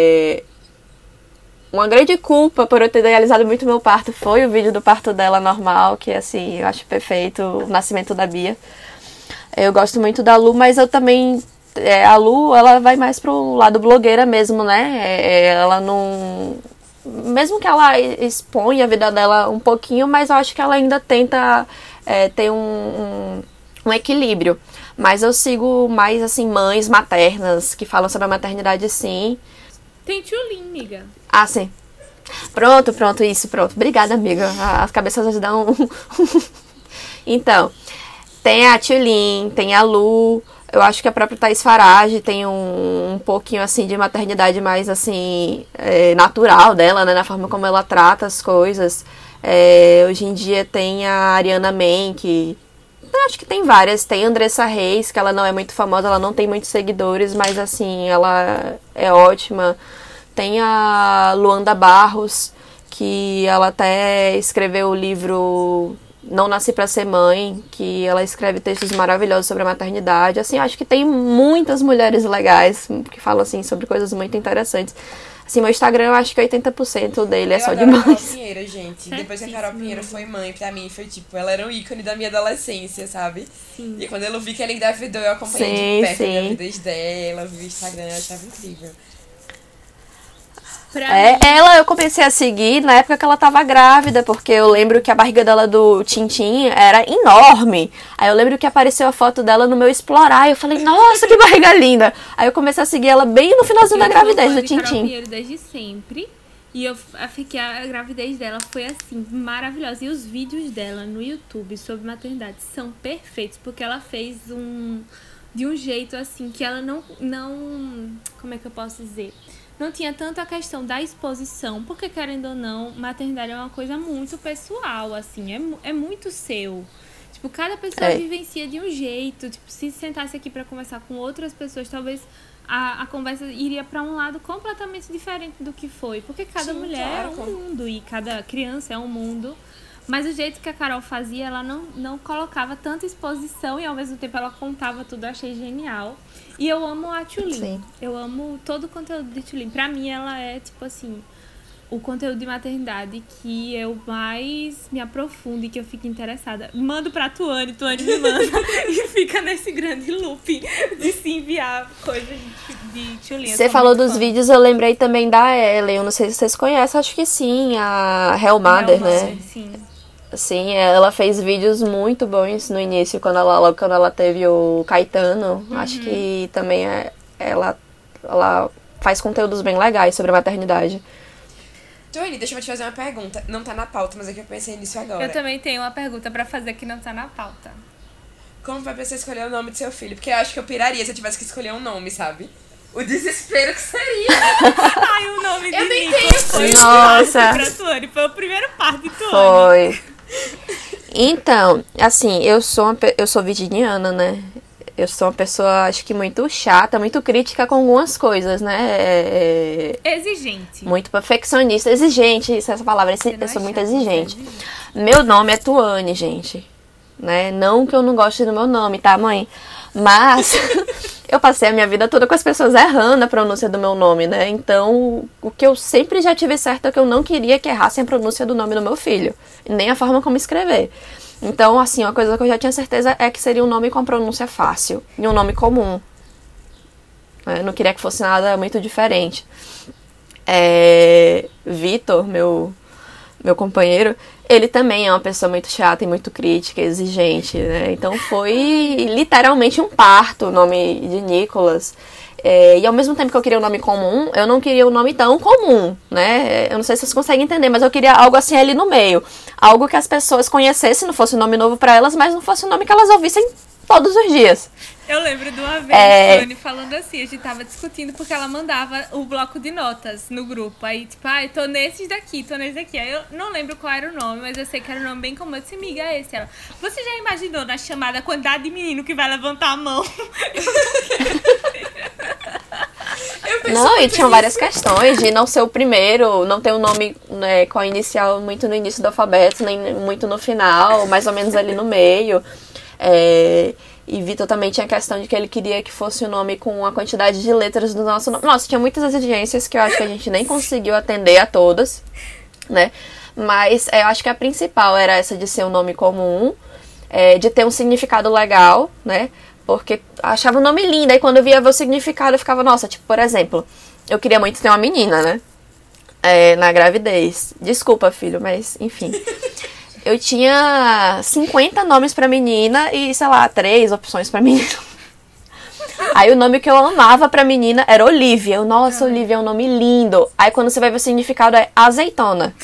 Speaker 6: uma grande culpa por eu ter idealizado muito meu parto foi o vídeo do parto dela normal, que, assim, eu acho perfeito, o nascimento da Bia. Eu gosto muito da Lu, mas eu também... a Lu, ela vai mais pro lado blogueira mesmo, né? Ela não... Mesmo que ela exponha a vida dela um pouquinho, mas eu acho que ela ainda tenta ter um equilíbrio. Mas eu sigo mais, assim, mães maternas que falam sobre a maternidade, sim.
Speaker 4: Tem Tchulin, amiga.
Speaker 6: Sim. Pronto. Obrigada, amiga. As cabeças ajudam Então... Tem a Tchulin, tem a Lu, eu acho que a própria Thaís Farage tem um pouquinho, assim, de maternidade mais, assim, natural dela, né, na forma como ela trata as coisas. Hoje em dia tem a Ariana Menck, eu acho que tem várias. Tem a Andressa Reis, que ela não é muito famosa, ela não tem muitos seguidores, mas, assim, ela é ótima. Tem a Luanda Barros, que ela até escreveu o livro... Não Nasci Pra Ser Mãe, que ela escreve textos maravilhosos sobre a maternidade. Assim, acho que tem muitas mulheres legais que falam, assim, sobre coisas muito interessantes. Assim, meu Instagram, eu acho que 80% dele é só de mães.
Speaker 5: A Carol Pinheiro, gente. Depois que a Carol Pinheiro foi mãe, pra mim, foi tipo, ela era um ícone da minha adolescência, sabe? Sim. E quando eu vi que ela engravidou, eu acompanhei de perto a gravidez dela, vi o Instagram, eu achava incrível.
Speaker 6: Ela eu comecei a seguir na época que ela tava grávida, porque eu lembro que a barriga dela do Tintim era enorme. Aí eu lembro que apareceu a foto dela no meu Explorar, e eu falei, nossa, que barriga linda. Aí eu comecei a seguir ela bem no finalzinho da gravidez do Tintim.
Speaker 4: Desde sempre. E eu fiquei, a gravidez dela foi assim, maravilhosa. E os vídeos dela no YouTube sobre maternidade são perfeitos, porque ela fez de um jeito assim, que ela não, como é que eu posso dizer? Não tinha tanto a questão da exposição, porque querendo ou não, maternidade é uma coisa muito pessoal, assim, é muito seu. Tipo, cada pessoa vivencia de um jeito. Tipo, se sentasse aqui pra conversar com outras pessoas, talvez a conversa iria pra um lado completamente diferente do que foi. Porque cada mulher é um mundo e cada criança é um mundo. Mas o jeito que a Carol fazia, ela não colocava tanta exposição e ao mesmo tempo ela contava tudo, eu achei genial. E eu amo a Tulin. Eu amo todo o conteúdo de Tulin. Pra mim, ela é, tipo assim, o conteúdo de maternidade que eu mais me aprofundo e que eu fico interessada. Mando pra Tuane me manda e fica nesse grande loop de se enviar coisas de Tulin.
Speaker 6: Você falou dos vídeos, eu lembrei também da Ellen. Eu não sei se vocês conhecem, acho que sim, a Hellmother, né?
Speaker 4: Sim.
Speaker 6: Sim, ela fez vídeos muito bons no início, logo quando ela teve o Caetano. Acho que também ela faz conteúdos bem legais sobre a maternidade.
Speaker 5: Tuane, deixa eu te fazer uma pergunta. Não tá na pauta, mas é que eu pensei nisso agora.
Speaker 4: Eu também tenho uma pergunta pra fazer que não tá na pauta.
Speaker 5: Como vai você escolher o nome do seu filho? Porque eu acho que eu piraria se eu tivesse que escolher um nome, sabe? O desespero que seria.
Speaker 4: Ai, o nome de
Speaker 5: Nicolas
Speaker 4: foi
Speaker 6: nossa.
Speaker 4: Pra Tuane. Foi o primeiro par de Tuane.
Speaker 6: Foi. Então, assim, eu sou virginiana, né? Eu sou uma pessoa, acho que muito chata, muito crítica com algumas coisas, né?
Speaker 4: Exigente.
Speaker 6: Muito perfeccionista. Exigente, essa palavra. Eu sou muito exigente. Meu nome é Tuane, gente. Né? Não que eu não goste do meu nome, tá, mãe? Mas eu passei a minha vida toda com as pessoas errando a pronúncia do meu nome, né? Então, o que eu sempre já tive certo é que eu não queria que errassem a pronúncia do nome do meu filho. Nem a forma como escrever. Então, assim, uma coisa que eu já tinha certeza é que seria um nome com pronúncia fácil. E um nome comum. Eu não queria que fosse nada muito diferente. Vitor, meu companheiro, ele também é uma pessoa muito chata e muito crítica, exigente, né? Então foi literalmente um parto o nome de Nicolas. E ao mesmo tempo que eu queria um nome comum, eu não queria um nome tão comum, né? Eu não sei se vocês conseguem entender, mas eu queria algo assim ali no meio. Algo que as pessoas conhecessem, não fosse um nome novo pra elas, mas não fosse um nome que elas ouvissem todos os dias.
Speaker 4: Eu lembro de uma vez a Tuane falando assim, a gente tava discutindo porque ela mandava o bloco de notas no grupo. Aí, tipo, tô nesses daqui, tô nesse daqui. Aí eu não lembro qual era o nome, mas eu sei que era um nome bem comum. Eu disse, amiga, é esse. Ela, você já imaginou na chamada a quantidade de menino que vai levantar a mão?
Speaker 6: Não, e tinham várias questões de não ser o primeiro, não ter um nome, né, com a inicial muito no início do alfabeto, nem muito no final, mais ou menos ali no meio. E Vitor também tinha a questão de que ele queria que fosse o nome com a quantidade de letras do nosso nome. Nossa, tinha muitas exigências que eu acho que a gente nem conseguiu atender a todas, né? Mas eu acho que a principal era essa de ser um nome comum, de ter um significado legal, né? Porque achava o nome lindo, aí quando eu via o significado eu ficava, nossa, tipo, por exemplo, eu queria muito ter uma menina, né? Na gravidez. Desculpa, filho, mas enfim. Eu tinha 50 nomes pra menina e, sei lá, 3 opções pra menino. Aí o nome que eu amava pra menina era Olivia. Nossa, Olivia é um nome lindo. Aí quando você vai ver o significado é azeitona.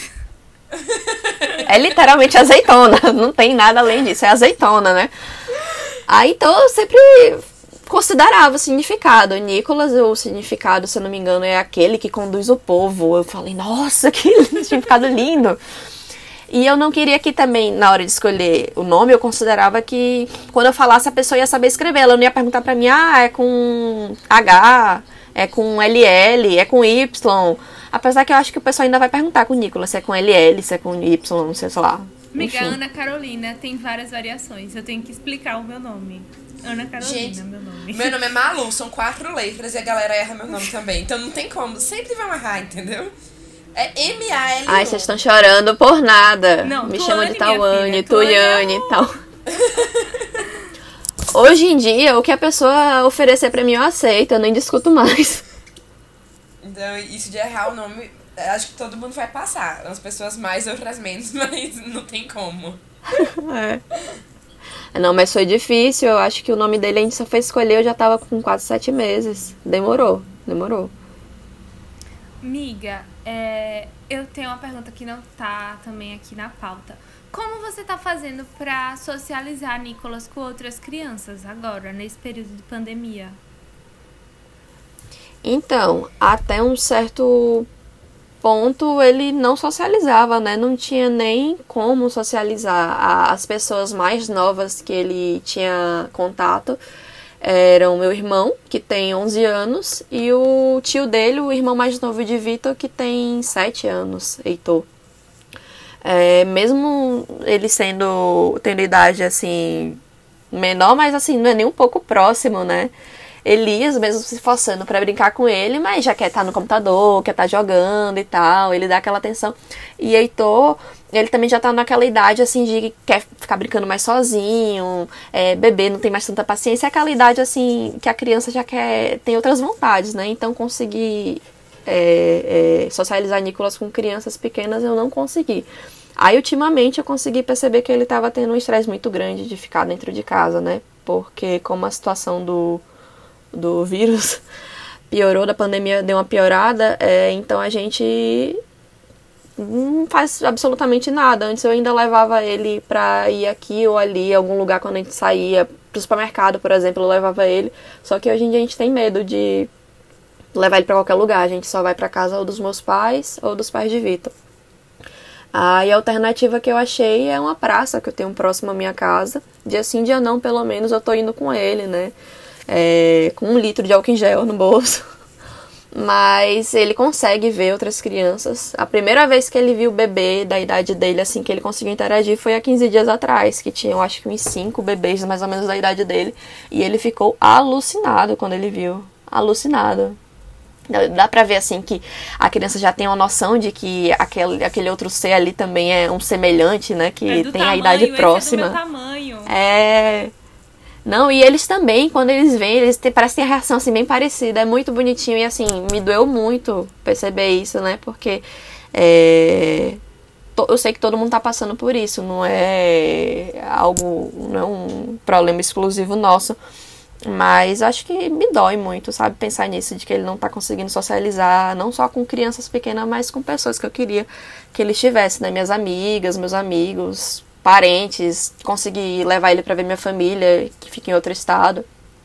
Speaker 6: É literalmente azeitona. Não tem nada além disso, é azeitona, né? Aí então eu sempre considerava o significado. Nicolas, o significado, se eu não me engano, é aquele que conduz o povo. Eu falei, nossa, que significado lindo. E eu não queria que também, na hora de escolher o nome, eu considerava que quando eu falasse a pessoa ia saber escrever. Ela não ia perguntar pra mim, é com H, é com LL, é com Y. Apesar que eu acho que o pessoal ainda vai perguntar com o Nicolas, se é com LL, se é com Y, não sei lá.
Speaker 4: Amiga, Ana Carolina tem várias variações. Eu tenho que explicar o meu nome. Ana Carolina, gente, meu nome.
Speaker 5: Meu nome é Malu, são 4 letras e a galera erra meu nome também. Então não tem como, sempre vão errar, entendeu? É M-A-L-U.
Speaker 6: Ai, vocês estão chorando por nada.
Speaker 4: Não,
Speaker 6: me
Speaker 4: Tuane,
Speaker 6: chamam de Tawane,
Speaker 4: Tuane
Speaker 6: e tal. Hoje em dia, o que a pessoa oferecer pra mim, eu aceito. Eu nem discuto mais.
Speaker 5: Então, isso de errar o nome acho que todo mundo vai passar. Umas pessoas mais, outras menos, mas não tem como.
Speaker 6: Não, mas foi difícil. Eu acho que o nome dele a gente só foi escolher, eu já tava com quase 7 meses. Demorou.
Speaker 4: Miga, eu tenho uma pergunta que não tá também aqui na pauta. Como você tá fazendo pra socializar Nicolas com outras crianças agora, nesse período de pandemia?
Speaker 6: Então, até um certo ponto ele não socializava, né? Não tinha nem como socializar. As pessoas mais novas que ele tinha contato eram meu irmão, que tem 11 anos, e o tio dele, o irmão mais novo de Vitor, que tem 7 anos, Heitor. Mesmo ele tendo idade assim menor, mas assim não é nem um pouco próximo, né? Elias mesmo se esforçando pra brincar com ele, mas já quer estar no computador, quer estar jogando e tal, ele dá aquela atenção. E Heitor, ele também já tá naquela idade assim de quer ficar brincando mais sozinho, bebê não tem mais tanta paciência, é aquela idade assim que a criança já tem outras vontades, né? Então conseguir socializar Nicolas com crianças pequenas eu não consegui. Aí ultimamente eu consegui perceber que ele estava tendo um estresse muito grande de ficar dentro de casa, né? Porque como a situação do vírus piorou, da pandemia deu uma piorada, então a gente não faz absolutamente nada. Antes eu ainda levava ele pra ir aqui ou ali, algum lugar quando a gente saía, pro supermercado, por exemplo, eu levava ele. Só que hoje em dia a gente tem medo de levar ele pra qualquer lugar. A gente só vai pra casa ou dos meus pais ou dos pais de Vitor. E a alternativa que eu achei é uma praça que eu tenho próximo à minha casa. Dia sim, dia não, pelo menos eu tô indo com ele, né? Com 1 litro de álcool em gel no bolso. Mas ele consegue ver outras crianças. A primeira vez que ele viu o bebê da idade dele, assim, que ele conseguiu interagir, foi há 15 dias atrás, que tinham, acho que uns 5 bebês mais ou menos da idade dele. E ele ficou alucinado quando ele viu. Alucinado. Dá pra ver, assim, que a criança já tem uma noção de que aquele outro ser ali também é um semelhante, né? Que tem a idade próxima.
Speaker 4: É do meu tamanho.
Speaker 6: Não, e eles também, quando eles veem, parece que tem a reação, assim, bem parecida. É muito bonitinho e, assim, me doeu muito perceber isso, né? Porque eu sei que todo mundo tá passando por isso. Não é um problema exclusivo nosso. Mas acho que me dói muito, sabe, pensar nisso, de que ele não tá conseguindo socializar, não só com crianças pequenas, mas com pessoas que eu queria que ele estivesse, né, minhas amigas, meus amigos, parentes, conseguir levar ele pra ver minha família, que fica em outro estado.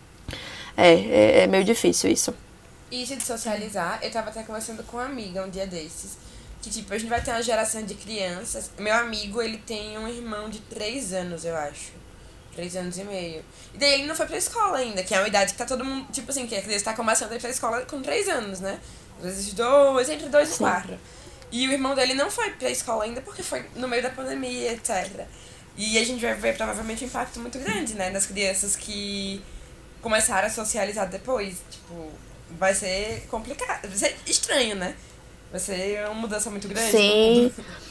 Speaker 6: É meio difícil isso.
Speaker 5: Isso de socializar, eu tava até conversando com uma amiga um dia desses, que tipo, a gente vai ter uma geração de crianças. Meu amigo, ele tem um irmão de 3 anos, eu acho. 3 anos e meio. E daí ele não foi pra escola ainda, que é uma idade que tá todo mundo, tipo assim, que a criança tá começando a ir pra escola com 3 anos, né? Às vezes 2, entre 2 e 4. E o irmão dele não foi pra escola ainda porque foi no meio da pandemia, etc. E a gente vai ver provavelmente um impacto muito grande, né? Nas crianças que começaram a socializar depois. Tipo, vai ser complicado, vai ser estranho, né? Vai ser uma mudança muito grande.
Speaker 6: Sim.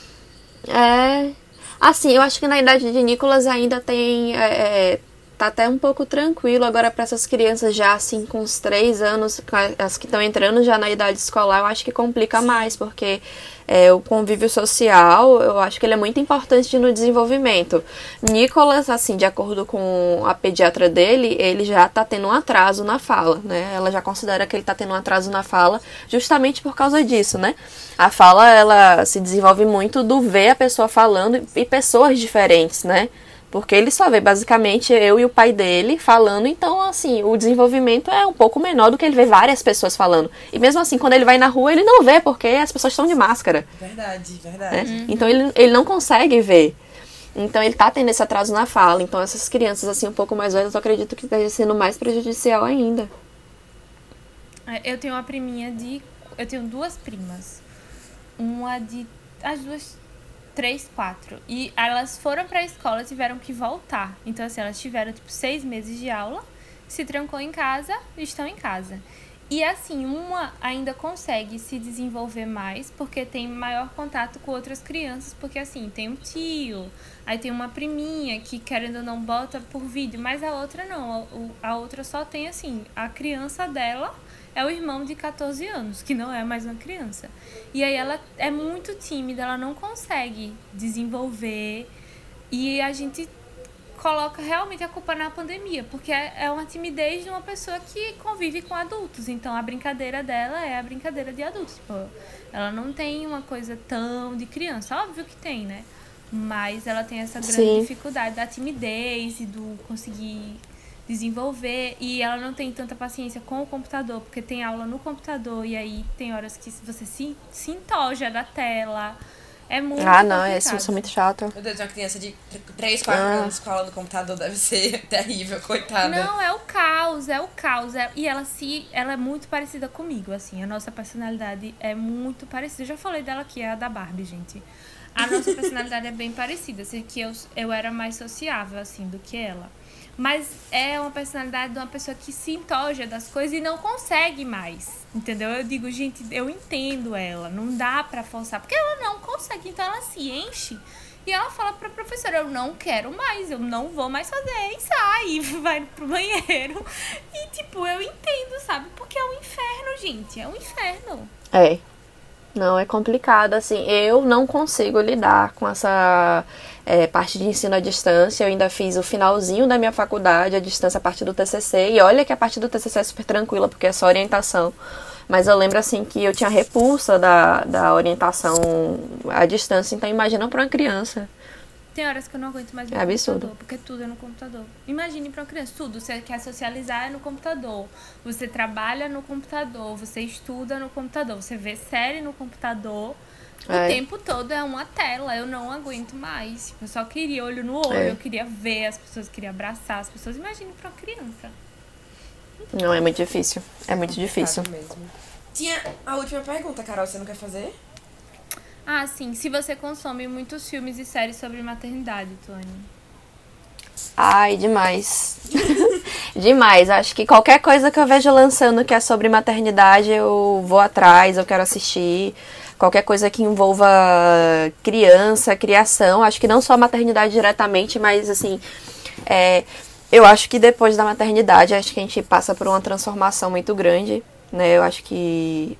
Speaker 6: Assim, eu acho que na idade de Nicolas ainda tem... tá até um pouco tranquilo. Agora, para essas crianças já, assim, com uns 3 anos, as que estão entrando já na idade escolar, eu acho que complica mais, porque o convívio social, eu acho que ele é muito importante no desenvolvimento. Nicolas, assim, de acordo com a pediatra dele, ele já tá tendo um atraso na fala, né? Ela já considera que ele tá tendo um atraso na fala justamente por causa disso, né? A fala, ela se desenvolve muito do ver a pessoa falando e pessoas diferentes, né? Porque ele só vê basicamente eu e o pai dele falando, então assim, o desenvolvimento é um pouco menor do que ele vê várias pessoas falando. E mesmo assim, quando ele vai na rua, ele não vê, porque as pessoas estão de máscara.
Speaker 5: Verdade.
Speaker 6: Né? Então ele não consegue ver. Então ele tá tendo esse atraso na fala. Então essas crianças assim um pouco mais velhas, eu acredito que esteja sendo mais prejudicial ainda.
Speaker 4: Eu tenho uma priminha eu tenho 2 primas. As duas 3, 4. E elas foram pra escola e tiveram que voltar. Então, assim, elas tiveram, 6 meses de aula, se trancou em casa e estão em casa. E, assim, uma ainda consegue se desenvolver mais porque tem maior contato com outras crianças. Porque, assim, tem um tio, aí tem uma priminha que, querendo ou não, bota por vídeo. Mas a outra não. A outra só tem, assim, a criança dela é o irmão de 14 anos, que não é mais uma criança. E aí ela é muito tímida, ela não consegue desenvolver, e a gente coloca realmente a culpa na pandemia, porque é uma timidez de uma pessoa que convive com adultos. Então a brincadeira dela é a brincadeira de adultos. Tipo, ela não tem uma coisa tão de criança. Óbvio que tem, né? Mas ela tem essa grande dificuldade da timidez e do conseguir desenvolver. E ela não tem tanta paciência com o computador, porque tem aula no computador e aí tem horas que você se entoja da tela. É muito complicado.
Speaker 6: Isso é muito chato.
Speaker 5: Meu Deus, uma criança de 3, 4 anos com aula no computador deve ser terrível, coitada.
Speaker 4: Não, é o caos. E ela é muito parecida comigo, assim. A nossa personalidade é muito parecida. Eu já falei dela aqui, é a da Barbie, gente. A nossa personalidade é bem parecida. Assim, que eu era mais sociável, assim, do que ela. Mas é uma personalidade de uma pessoa que se entoja das coisas e não consegue mais. Entendeu? Eu digo, gente, eu entendo ela. Não dá pra forçar. Porque ela não consegue. Então ela se enche. E ela fala pra professora, eu não quero mais. Eu não vou mais fazer. E sai. Vai pro banheiro. E tipo, eu entendo, sabe? Porque é um inferno, gente. É um inferno.
Speaker 6: É. Não, é complicado, assim, eu não consigo lidar com essa parte de ensino à distância. Eu ainda fiz o finalzinho da minha faculdade, à distância, a parte do TCC, e olha que a parte do TCC é super tranquila, porque é só orientação, mas eu lembro, assim, que eu tinha repulsa da orientação à distância, então imagina para uma criança.
Speaker 4: Tem horas que eu não aguento mais ver
Speaker 6: no computador,
Speaker 4: porque tudo é no computador. Imagine pra uma criança, tudo. Você quer socializar é no computador. Você trabalha no computador. Você estuda no computador. Você vê série no computador. O tempo todo é uma tela. Eu não aguento mais. Eu só queria olho no olho. Eu queria ver as pessoas, queria abraçar as pessoas. Imagine pra uma criança.
Speaker 6: Não, é muito difícil. É muito difícil.
Speaker 5: Mesmo. Tinha a última pergunta, Carol. Você não quer fazer?
Speaker 4: Ah, sim. Se você consome muitos filmes e séries sobre maternidade, Tony.
Speaker 6: Ai, demais. Demais. Acho que qualquer coisa que eu vejo lançando que é sobre maternidade, eu vou atrás, eu quero assistir. Qualquer coisa que envolva criança, criação. Acho que não só a maternidade diretamente, mas, assim, eu acho que depois da maternidade, acho que a gente passa por uma transformação muito grande, né? Eu acho que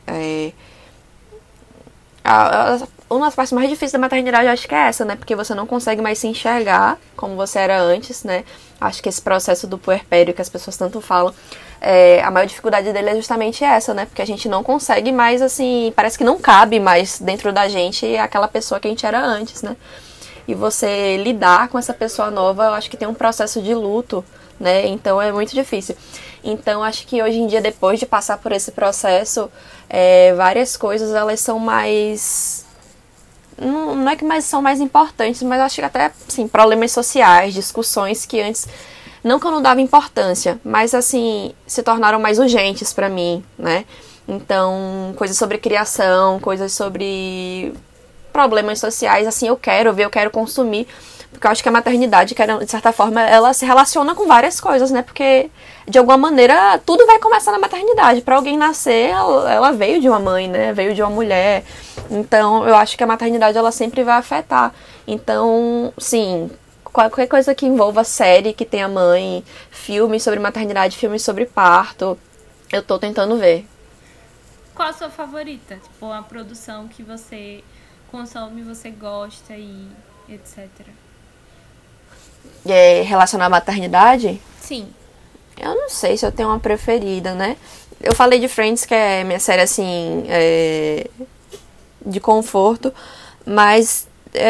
Speaker 6: uma das partes mais difíceis da maternidade, eu acho que é essa, né? Porque você não consegue mais se enxergar como você era antes, né? Acho que esse processo do puerpério que as pessoas tanto falam, a maior dificuldade dele é justamente essa, né? Porque a gente não consegue mais, assim, parece que não cabe mais dentro da gente aquela pessoa que a gente era antes, né? E você lidar com essa pessoa nova, eu acho que tem um processo de luto, né? Então é muito difícil. Então acho que hoje em dia, depois de passar por esse processo, várias coisas, elas são mais... Não é que são mais importantes, mas acho que até, assim, problemas sociais, discussões que antes, não que eu não dava importância, mas, assim, se tornaram mais urgentes pra mim, né? Então, coisas sobre criação, coisas sobre problemas sociais, assim, eu quero ver, eu quero consumir, porque eu acho que a maternidade, de certa forma, ela se relaciona com várias coisas, né? Porque, de alguma maneira, tudo vai começar na maternidade. Para alguém nascer, ela veio de uma mãe, né? Veio de uma mulher. Então, eu acho que a maternidade, ela sempre vai afetar. Então, sim, qualquer coisa que envolva série que tenha mãe, filmes sobre maternidade, filmes sobre parto, eu tô tentando ver.
Speaker 4: Qual a sua favorita? Tipo, a produção que você consome, você gosta e etc.
Speaker 6: Relacionar à maternidade?
Speaker 4: Sim.
Speaker 6: Eu não sei se eu tenho uma preferida, né? Eu falei de Friends, que é minha série, assim, de conforto, mas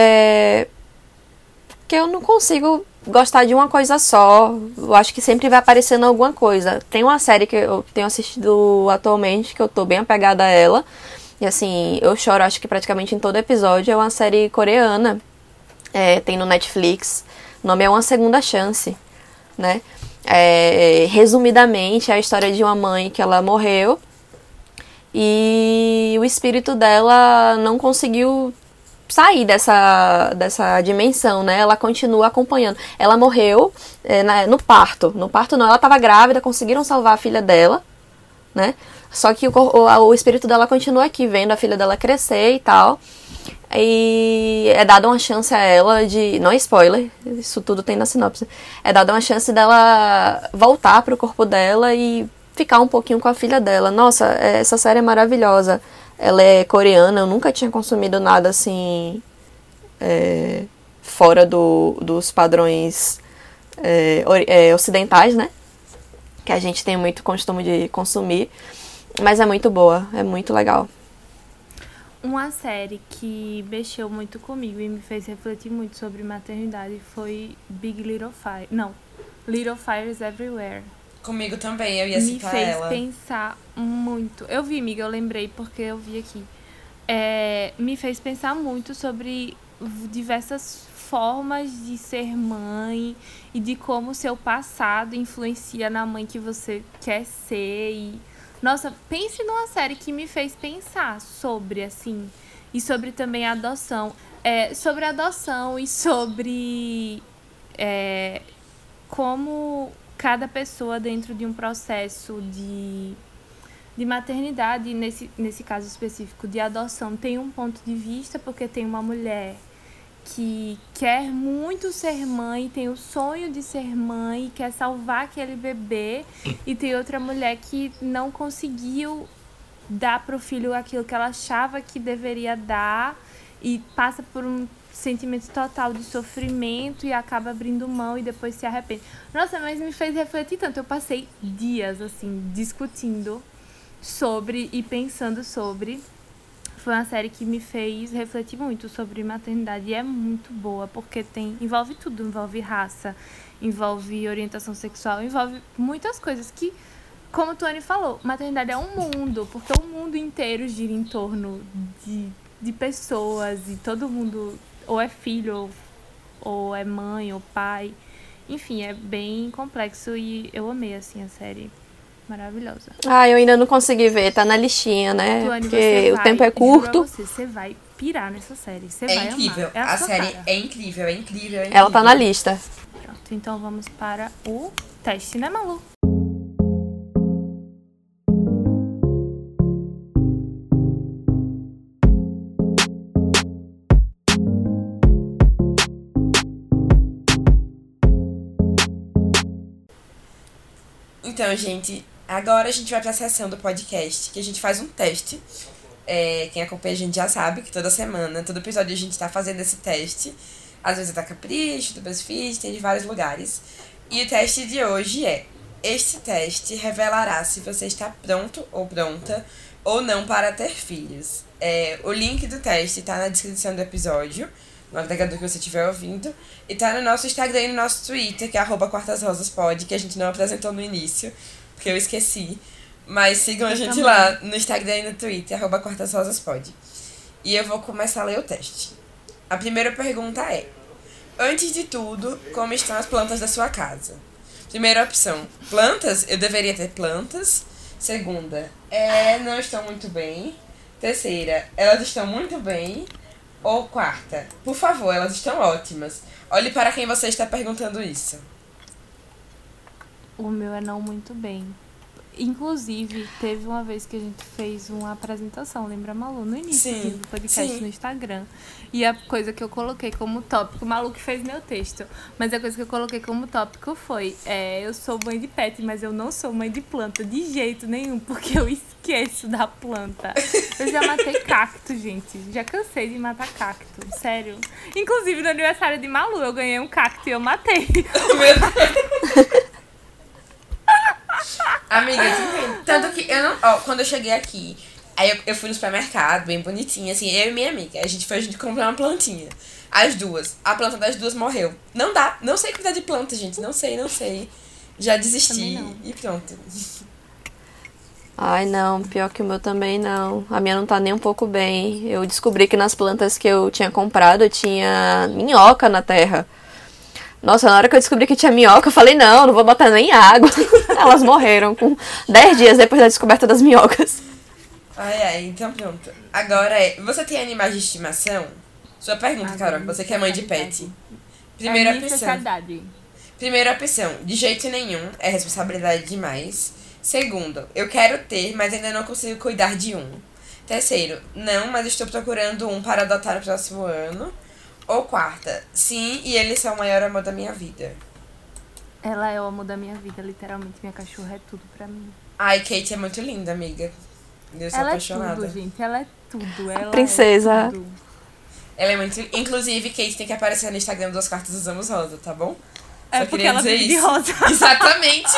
Speaker 6: que eu não consigo gostar de uma coisa só. Eu acho que sempre vai aparecendo alguma coisa. Tem uma série que eu tenho assistido atualmente, que eu tô bem apegada a ela, e assim, eu choro, acho que praticamente em todo episódio. É uma série coreana, tem no Netflix. O nome é Uma Segunda Chance, né? Resumidamente, é a história de uma mãe que ela morreu e o espírito dela não conseguiu sair dessa dimensão, né? Ela continua acompanhando. Ela morreu no parto. No parto não, ela estava grávida, conseguiram salvar a filha dela, né? Só que o espírito dela continua aqui, vendo a filha dela crescer e tal. E é dada uma chance a ela de... Não é spoiler, isso tudo tem na sinopse. É dada uma chance dela voltar pro corpo dela e ficar um pouquinho com a filha dela. Nossa, essa série é maravilhosa. Ela é coreana, eu nunca tinha consumido nada assim fora dos padrões ocidentais, né? Que a gente tem muito costume de consumir. Mas é muito boa, é muito legal.
Speaker 4: Uma série que mexeu muito comigo e me fez refletir muito sobre maternidade foi Big Little Fires. Não, Little Fires Everywhere.
Speaker 5: Comigo também, eu ia citar ela.
Speaker 4: Me fez pensar muito. Eu vi, amiga, eu lembrei porque eu vi aqui. Me fez pensar muito sobre diversas formas de ser mãe e de como o seu passado influencia na mãe que você quer ser. E, nossa, pense numa série que me fez pensar sobre, assim, e sobre também a adoção. Sobre a adoção e sobre como cada pessoa dentro de um processo de maternidade, nesse caso específico de adoção, tem um ponto de vista, porque tem uma mulher que quer muito ser mãe, tem o sonho de ser mãe, quer salvar aquele bebê, e tem outra mulher que não conseguiu dar pro filho aquilo que ela achava que deveria dar e passa por um sentimento total de sofrimento e acaba abrindo mão e depois se arrepende. Nossa, mas me fez refletir tanto. Eu passei dias, assim, discutindo sobre e pensando sobre. Foi uma série que me fez refletir muito sobre maternidade e é muito boa, porque envolve tudo, envolve raça, envolve orientação sexual, envolve muitas coisas que, como a Tuane falou, maternidade é um mundo, porque o mundo inteiro gira em torno de pessoas e todo mundo ou é filho, ou é mãe, ou pai. Enfim, é bem complexo e eu amei, assim, a série. Maravilhosa.
Speaker 6: Eu ainda não consegui ver, tá na listinha, né?
Speaker 4: Tuane,
Speaker 6: porque o tempo é curto.
Speaker 4: Você vai pirar nessa série, você
Speaker 5: É
Speaker 4: vai
Speaker 5: incrível,
Speaker 4: amar.
Speaker 5: a série é incrível, é incrível, é incrível.
Speaker 6: Ela tá na lista.
Speaker 4: Pronto, então vamos para o teste, né, Malu?
Speaker 5: Então, gente, agora a gente vai pra sessão do podcast, que a gente faz um teste. Quem acompanha a gente já sabe que toda semana, todo episódio a gente tá fazendo esse teste. Às vezes é da Capricho, do BuzzFeed, tem de vários lugares. E o teste de hoje é: este teste revelará se você está pronto ou pronta ou não para ter filhos. O link do teste tá na descrição do episódio, no agregador que você estiver ouvindo, e tá no nosso Instagram e no nosso Twitter, que é @quartasrosaspod, que a gente não apresentou no início, porque eu esqueci. Mas sigam a gente lá no Instagram e no Twitter, @quartasrosaspod. E eu vou começar a ler o teste. A primeira pergunta é: antes de tudo, como estão as plantas da sua casa? Primeira opção: plantas? Eu deveria ter plantas. Segunda: não estão muito bem. Terceira: elas estão muito bem. Ou quarta: por favor, elas estão ótimas. Olhe para quem você está perguntando isso.
Speaker 4: O meu é não muito bem. Inclusive, teve uma vez que a gente fez uma apresentação, lembra, Malu? No início do podcast no Instagram. E a coisa que eu coloquei como tópico, o Malu que fez meu texto, mas a coisa que eu coloquei como tópico foi: eu sou mãe de pet, mas eu não sou mãe de planta de jeito nenhum, porque eu esqueço da planta. Eu já matei cacto, gente. Já cansei de matar cacto, sério. Inclusive, no aniversário de Malu, eu ganhei um cacto e eu matei.
Speaker 5: Meu Deus. Amiga, tanto que eu não... quando eu cheguei aqui, aí eu fui no supermercado, bem bonitinha, assim, eu e minha amiga. A gente comprar uma plantinha. As duas. A planta das duas morreu. Não dá. Não sei cuidar de planta, gente. Não sei. Já desisti e pronto.
Speaker 6: Ai, não. Pior que o meu também não. A minha não tá nem um pouco bem. Eu descobri que nas plantas que eu tinha comprado, tinha minhoca na terra. Nossa, na hora que eu descobri que tinha minhoca, eu falei: não vou botar nem água. Elas morreram com 10 dias depois da descoberta das minhocas.
Speaker 5: Ai, então pronto. Agora você tem animais de estimação? Sua pergunta, Carol, você que é mãe de pet. Primeira opção, de jeito nenhum, é responsabilidade demais. Segundo, eu quero ter, mas ainda não consigo cuidar de um. Terceiro, não, mas estou procurando um para adotar no próximo ano. Ou quarta, sim, e eles são o maior amor da minha vida.
Speaker 4: Ela é o amor da minha vida, literalmente. Minha cachorra é tudo pra mim.
Speaker 5: Ai, Kate é muito linda, amiga. Eu sou
Speaker 4: Ela
Speaker 5: apaixonada.
Speaker 4: é tudo, gente. Ela é tudo. Ela
Speaker 6: Princesa.
Speaker 4: É tudo.
Speaker 5: Ela é muito... Inclusive, Kate tem que aparecer no Instagram dos Quartos Usamos Rosa, tá bom?
Speaker 4: É
Speaker 5: Só
Speaker 4: porque
Speaker 5: queria
Speaker 4: ela
Speaker 5: dizer
Speaker 4: vive de
Speaker 5: isso.
Speaker 4: rosa.
Speaker 5: Exatamente.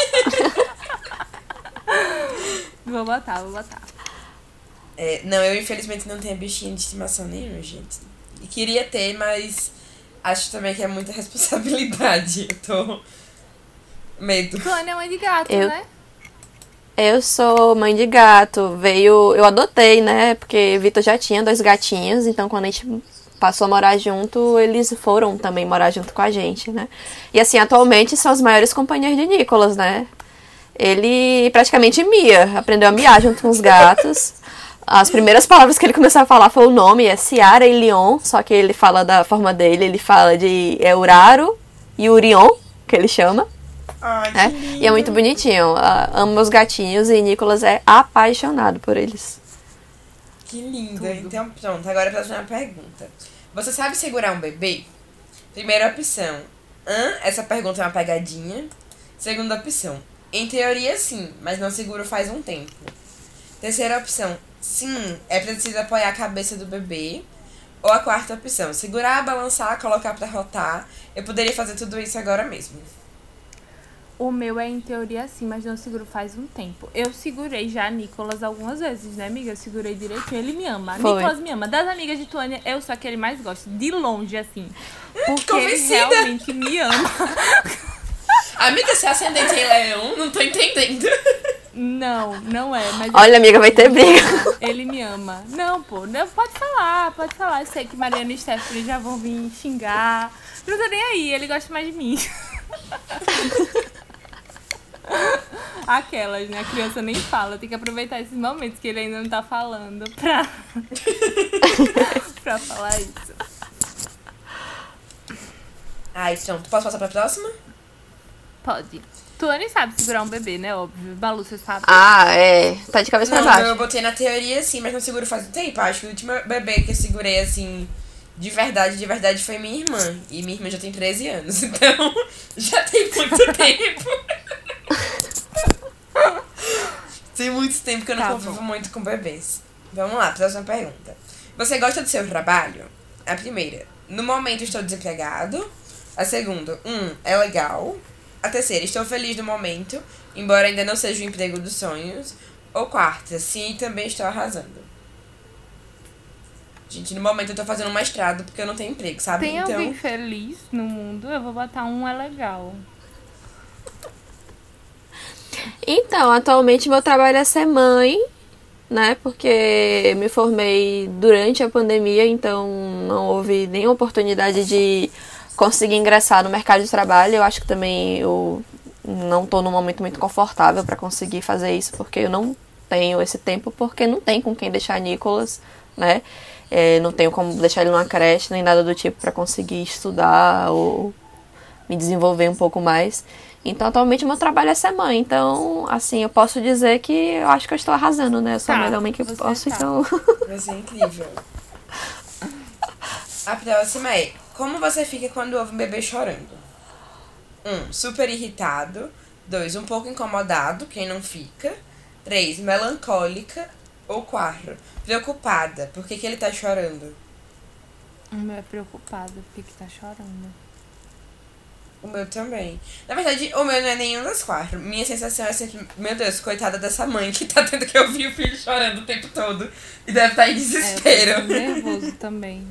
Speaker 4: Vou botar.
Speaker 5: Não, eu infelizmente não tenho bichinho de estimação nenhum, gente. E queria ter, mas acho também que é muita responsabilidade. Eu tô... medo.
Speaker 4: Tuane é mãe de gato, né?
Speaker 6: Eu sou mãe de gato. Eu adotei, né? Porque Vitor já tinha 2 gatinhos, então quando a gente passou a morar junto, eles foram também morar junto com a gente, né? E assim, atualmente são as maiores companhias de Nicolas, né? Ele praticamente mia, aprendeu a miar junto com os gatos. As primeiras palavras que ele começou a falar foi o nome, é Ciara e Leon, só que ele fala da forma dele, ele fala de Uraro e Urion, que ele chama.
Speaker 5: Ai, que lindo.
Speaker 6: E é muito bonitinho. Amo meus gatinhos e Nicolas é apaixonado por eles.
Speaker 5: Que linda. Então, pronto. Agora pra próxima pergunta. Você sabe segurar um bebê? Primeira opção. Essa pergunta é uma pegadinha. Segunda opção. Em teoria, sim, mas não seguro faz um tempo. Terceira opção. Sim, é preciso apoiar a cabeça do bebê. Ou a quarta opção. Segurar, balançar, colocar pra rotar. Eu poderia fazer tudo isso agora mesmo.
Speaker 4: O meu é em teoria sim, mas não seguro faz um tempo. Eu segurei já Nicolas algumas vezes, né, amiga? Eu segurei direitinho, ele me ama.
Speaker 6: Foi.
Speaker 4: Nicolas me ama. Das amigas de Tuane, eu sou a que ele mais gosta. De longe, assim. Porque ele
Speaker 5: convencida.
Speaker 4: realmente me ama.
Speaker 5: Amiga, se é ascendente em leão, não tô entendendo.
Speaker 4: Não é. Mas
Speaker 6: Olha, amiga, vai ter briga.
Speaker 4: ele me ama. Não, pô, pode falar. Eu sei que Mariana e Stephanie já vão vir xingar. Não tô nem aí, ele gosta mais de mim. Aquelas, né? A criança nem fala. Tem que aproveitar esses momentos que ele ainda não tá falando pra falar isso.
Speaker 5: Ai, pronto. Posso passar pra próxima?
Speaker 4: Pode. Tuane sabe segurar um bebê, né? Óbvio. Balu, você sabe.
Speaker 6: Tá de cabeça pra
Speaker 5: Não,
Speaker 6: baixo.
Speaker 5: eu botei na teoria sim, mas não seguro faz um tempo. Acho que o último bebê que eu segurei assim, de verdade, foi minha irmã. E minha irmã já tem 13 anos, então já tem muito tempo. Tem muito tempo que eu não convivo muito com bebês. Vamos lá, próxima pergunta. Você gosta do seu trabalho? A primeira, no momento estou desempregado. A segunda, é legal. A terceira, estou feliz no momento, embora ainda não seja o emprego dos sonhos. Ou quarta, sim, também estou arrasando. Gente, no momento eu tô fazendo um mestrado porque eu não tenho emprego, sabe?
Speaker 4: Tem
Speaker 5: então...
Speaker 4: alguém feliz no mundo? Eu vou botar é legal.
Speaker 6: Então, atualmente meu trabalho é ser mãe, né? Porque me formei durante a pandemia, então não houve nenhuma oportunidade de conseguir ingressar no mercado de trabalho. Eu acho que também eu não tô num momento muito confortável para conseguir fazer isso, porque eu não tenho esse tempo, porque não tem com quem deixar Nicolas, né? Não tenho como deixar ele numa creche, nem nada do tipo para conseguir estudar ou me desenvolver um pouco mais. Então, atualmente, meu trabalho é ser mãe. Então, assim, eu posso dizer que eu acho que eu estou arrasando, né? Eu sou a melhor mãe que eu posso, então...
Speaker 5: Vai ser incrível. A próxima é: como você fica quando ouve um bebê chorando? 1, super irritado. 2, um pouco incomodado, quem não fica. 3, melancólica. Ou 4, preocupada. Por que ele tá chorando?
Speaker 4: O meu é preocupado porque tá chorando.
Speaker 5: O meu também. Na verdade, o meu não é nenhum das 4. Minha sensação é sempre: meu Deus, coitada dessa mãe que tá tendo que ouvir o filho chorando o tempo todo. E deve estar em desespero.
Speaker 4: Eu tô nervoso também.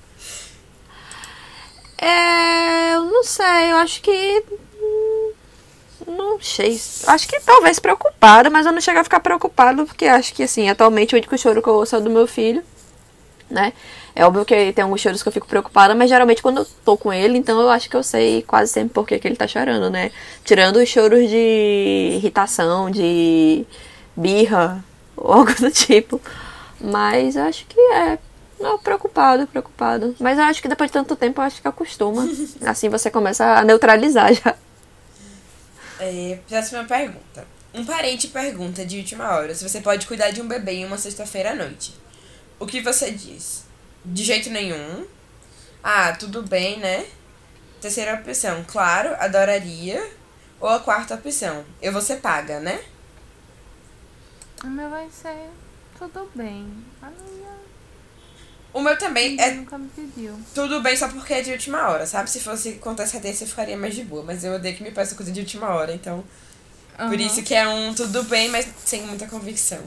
Speaker 6: Eu não sei, eu acho que... Não sei. Acho que talvez preocupada, mas eu não chego a ficar preocupada, porque acho que, assim, atualmente o único choro que eu ouço é do meu filho, né? É óbvio que tem alguns choros que eu fico preocupada, mas geralmente quando eu tô com ele, então eu acho que eu sei quase sempre por que ele tá chorando, né? Tirando os choros de irritação, de birra, ou algo do tipo. Mas eu acho que não, preocupado. Mas eu acho que depois de tanto tempo, eu acho que acostuma. Assim você começa a neutralizar já.
Speaker 5: Próxima pergunta. Um parente pergunta de última hora se você pode cuidar de um bebê em uma sexta-feira à noite. O que você diz? De jeito nenhum. Tudo bem, né? Terceira opção, claro, adoraria. Ou a quarta opção, você paga, né?
Speaker 4: O meu vai ser tudo bem.
Speaker 5: O meu também
Speaker 4: Ninguém nunca me pediu.
Speaker 5: tudo bem só porque é de última hora, sabe? Se fosse com antecedência eu ficaria mais de boa, mas eu odeio que me peça coisa de última hora, então... Por isso que é um tudo bem, mas sem muita convicção.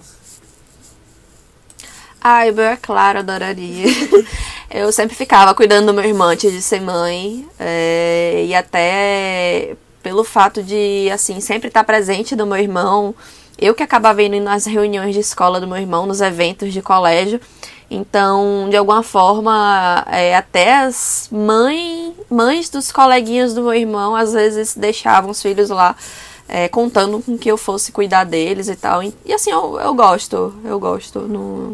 Speaker 6: Ai, o meu é claro, adoraria. Eu sempre ficava cuidando do meu irmão antes de ser mãe. E até pelo fato de, assim, sempre estar presente do meu irmão. Eu que acabava indo nas reuniões de escola do meu irmão, nos eventos de colégio. Então, de alguma forma, até as mães dos coleguinhas do meu irmão, às vezes, deixavam os filhos lá, contando com que eu fosse cuidar deles e tal. E assim, eu gosto. No...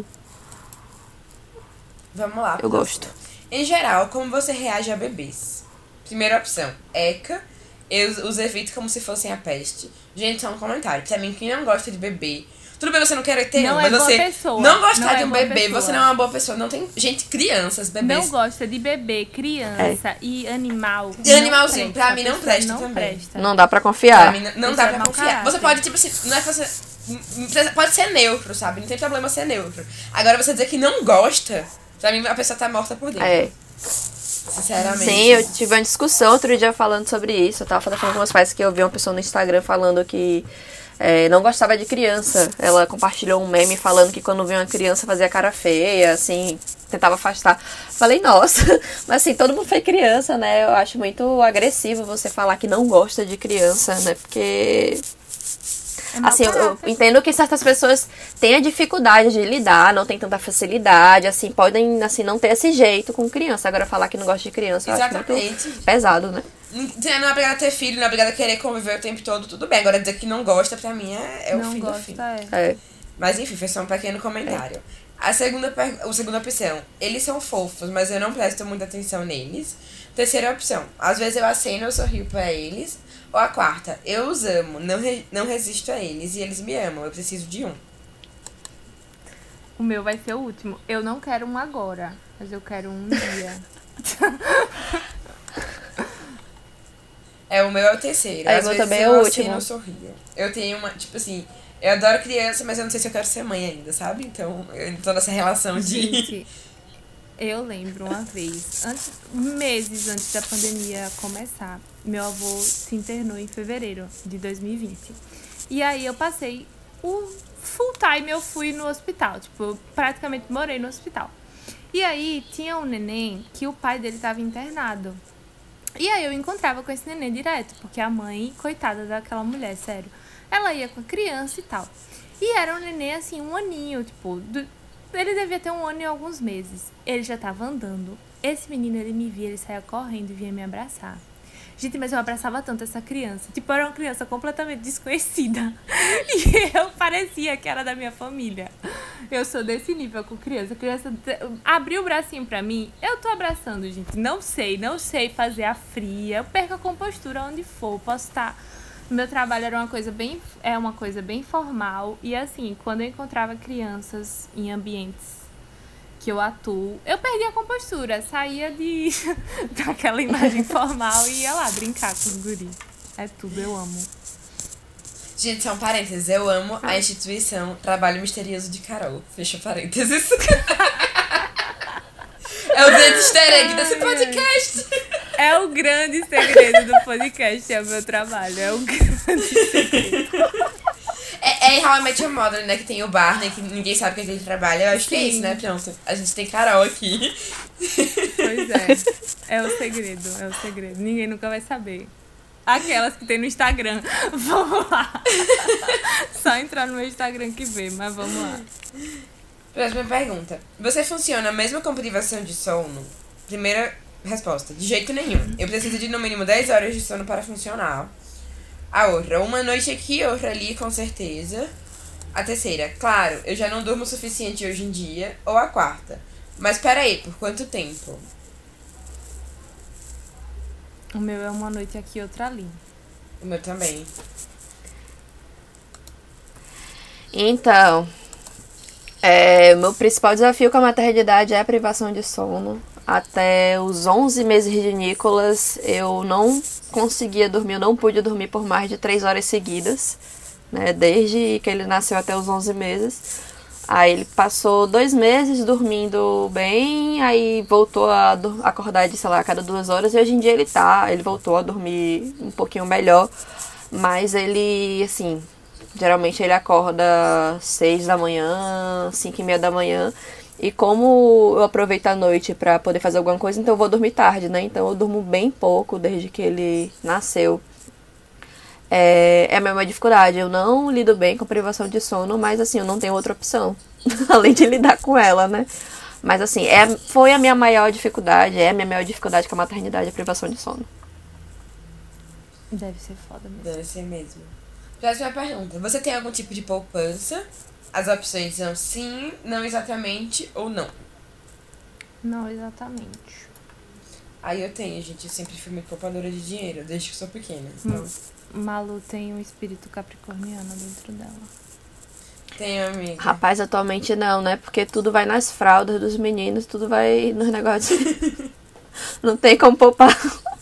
Speaker 5: Vamos lá.
Speaker 6: Eu gosto.
Speaker 5: Em geral, como você reage a bebês? Primeira opção, ECA. Eu os evito como se fossem a peste. Gente, só um comentário. Pra mim, quem não gosta de bebê... Tudo bem, você não quer ter
Speaker 4: não
Speaker 5: mas você
Speaker 4: pessoa.
Speaker 5: não gostar
Speaker 4: não
Speaker 5: de um bebê, pessoa. Você não é uma boa pessoa. Não tem... Gente, crianças, bebês...
Speaker 4: Não gosta de bebê, criança e animal.
Speaker 5: E animal, sim. Pra mim, não presta
Speaker 4: não
Speaker 5: também.
Speaker 4: Presta.
Speaker 6: Não dá pra confiar.
Speaker 5: Pra mim, não dá pra confiar.
Speaker 4: Caráter.
Speaker 5: Você pode, tipo assim... Não é que você... Pode ser neutro, sabe? Não tem problema ser neutro. Agora, você dizer que não gosta... Pra mim, a pessoa tá morta por dentro. Sinceramente.
Speaker 6: Sim, eu tive uma discussão outro dia falando sobre isso. Eu tava falando com meus pais que eu vi uma pessoa no Instagram falando que não gostava de criança. Ela compartilhou um meme falando que quando via uma criança fazia cara feia, assim, tentava afastar. Falei, nossa, mas assim, todo mundo foi criança, né? Eu acho muito agressivo você falar que não gosta de criança, né? Porque... Assim, eu entendo que certas pessoas têm a dificuldade de lidar, não tem tanta facilidade, assim, podem, assim, não ter esse jeito com criança. Agora, falar que não gosta de criança, eu acho muito pesado, né?
Speaker 5: Não é obrigada a ter filho, não é obrigada a querer conviver o tempo todo, tudo bem. Agora, dizer que não gosta, pra mim, é o fim do fim. Mas, enfim, foi só um pequeno comentário. A segunda opção, eles são fofos, mas eu não presto muita atenção neles. Terceira opção, às vezes eu aceno, eu sorrio pra eles. Ou a quarta, eu os amo, não resisto a eles e eles me amam, eu preciso de um.
Speaker 4: O meu vai ser o último. Eu não quero um agora, mas eu quero um dia.
Speaker 5: O meu é o terceiro. Às vezes
Speaker 6: também
Speaker 5: eu
Speaker 6: é o
Speaker 5: aceno,
Speaker 6: último.
Speaker 5: eu sorrio. Eu tenho uma, tipo assim, eu adoro criança, mas eu não sei se eu quero ser mãe ainda, sabe? Então, eu tô nessa relação de...
Speaker 4: Gente, eu lembro uma vez, meses antes da pandemia começar, meu avô se internou em fevereiro de 2020. E aí eu passei o full time, eu fui no hospital. Tipo, eu praticamente morei no hospital. E aí tinha um neném que o pai dele estava internado. E aí eu encontrava com esse neném direto, porque a mãe, coitada daquela mulher, sério, ela ia com a criança e tal. E era um neném assim, um aninho, tipo... Ele devia ter 1 ano e alguns meses. Ele já tava andando. Esse menino, ele me via, ele saía correndo e vinha me abraçar. Gente, mas eu abraçava tanto essa criança. Tipo, era uma criança completamente desconhecida. E eu parecia que era da minha família. Eu sou desse nível com criança. A criança abriu o bracinho pra mim, eu tô abraçando, gente. Não sei fazer a fria. Eu perco a compostura onde for. Posso estar... Meu trabalho era uma coisa bem formal. E assim, quando eu encontrava crianças em ambientes que eu atuo, eu perdia a compostura. Saía daquela imagem formal e ia lá brincar com os guris. É tudo, eu amo.
Speaker 5: Gente, só um parênteses. Eu amo a instituição Trabalho Misterioso de Carol. Fecha parênteses. É o grande easter egg desse podcast.
Speaker 4: É o grande segredo do podcast, é o meu trabalho. É o grande segredo.
Speaker 5: É How I Met Your Mother, né? Que tem o Barney, que ninguém sabe que a gente trabalha. Eu acho que é isso, né? Pronto. A gente tem Carol aqui.
Speaker 4: Pois é. É o segredo. Ninguém nunca vai saber. Aquelas que tem no Instagram. Vamos lá. Só entrar no meu Instagram que vê, mas vamos lá.
Speaker 5: Próxima pergunta. Você funciona mesmo com privação de sono? Primeira resposta. De jeito nenhum. Eu preciso de no mínimo 10 horas de sono para funcionar. A outra. Uma noite aqui, outra ali, com certeza. A terceira. Claro, eu já não durmo o suficiente hoje em dia. Ou a quarta. Mas peraí, por quanto tempo?
Speaker 4: O meu é uma noite aqui, outra ali.
Speaker 5: O meu também.
Speaker 6: Então... meu principal desafio com a maternidade é a privação de sono. até os 11 meses de Nicolas, eu não conseguia dormir, eu não pude dormir por mais de 3 horas seguidas, né? Desde que ele nasceu até os 11 meses. Aí ele passou 2 meses dormindo bem, aí voltou a acordar de, sei lá, a cada 2 horas, e hoje em dia ele voltou a dormir um pouquinho melhor, mas ele, assim, geralmente ele acorda 6 da manhã, 5:30 da manhã, e como eu aproveito a noite pra poder fazer alguma coisa, então eu vou dormir tarde, né? Então eu durmo bem pouco desde que ele nasceu. É a mesma dificuldade. Eu não lido bem com privação de sono, mas assim, eu não tenho outra opção, além de lidar com ela, né? Mas assim, foi a minha maior dificuldade, é a minha maior dificuldade com a maternidade, a privação de sono.
Speaker 4: Deve ser foda mesmo.
Speaker 5: Deve ser mesmo. Próxima pergunta. Você tem algum tipo de poupança? As opções são sim, não exatamente ou não.
Speaker 4: Não exatamente.
Speaker 5: Aí eu tenho, gente. Eu sempre fui muito poupadora de dinheiro, desde que sou pequena. Então...
Speaker 4: Malu tem um espírito capricorniano dentro dela.
Speaker 5: Tenho, amiga.
Speaker 6: Rapaz, atualmente não, né? Porque tudo vai nas fraldas dos meninos, tudo vai nos negócios. Não tem como poupar.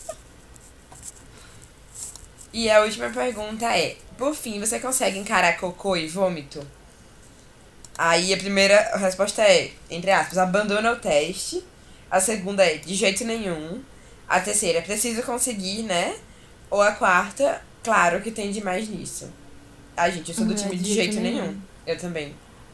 Speaker 5: E a última pergunta é: por fim, você consegue encarar cocô e vômito? Aí a primeira resposta é, entre aspas, abandona o teste. A segunda é, de jeito nenhum. A terceira, preciso conseguir, né? Ou a quarta, claro que tem demais nisso. Ai, gente, eu sou do time de jeito nenhum. Eu também.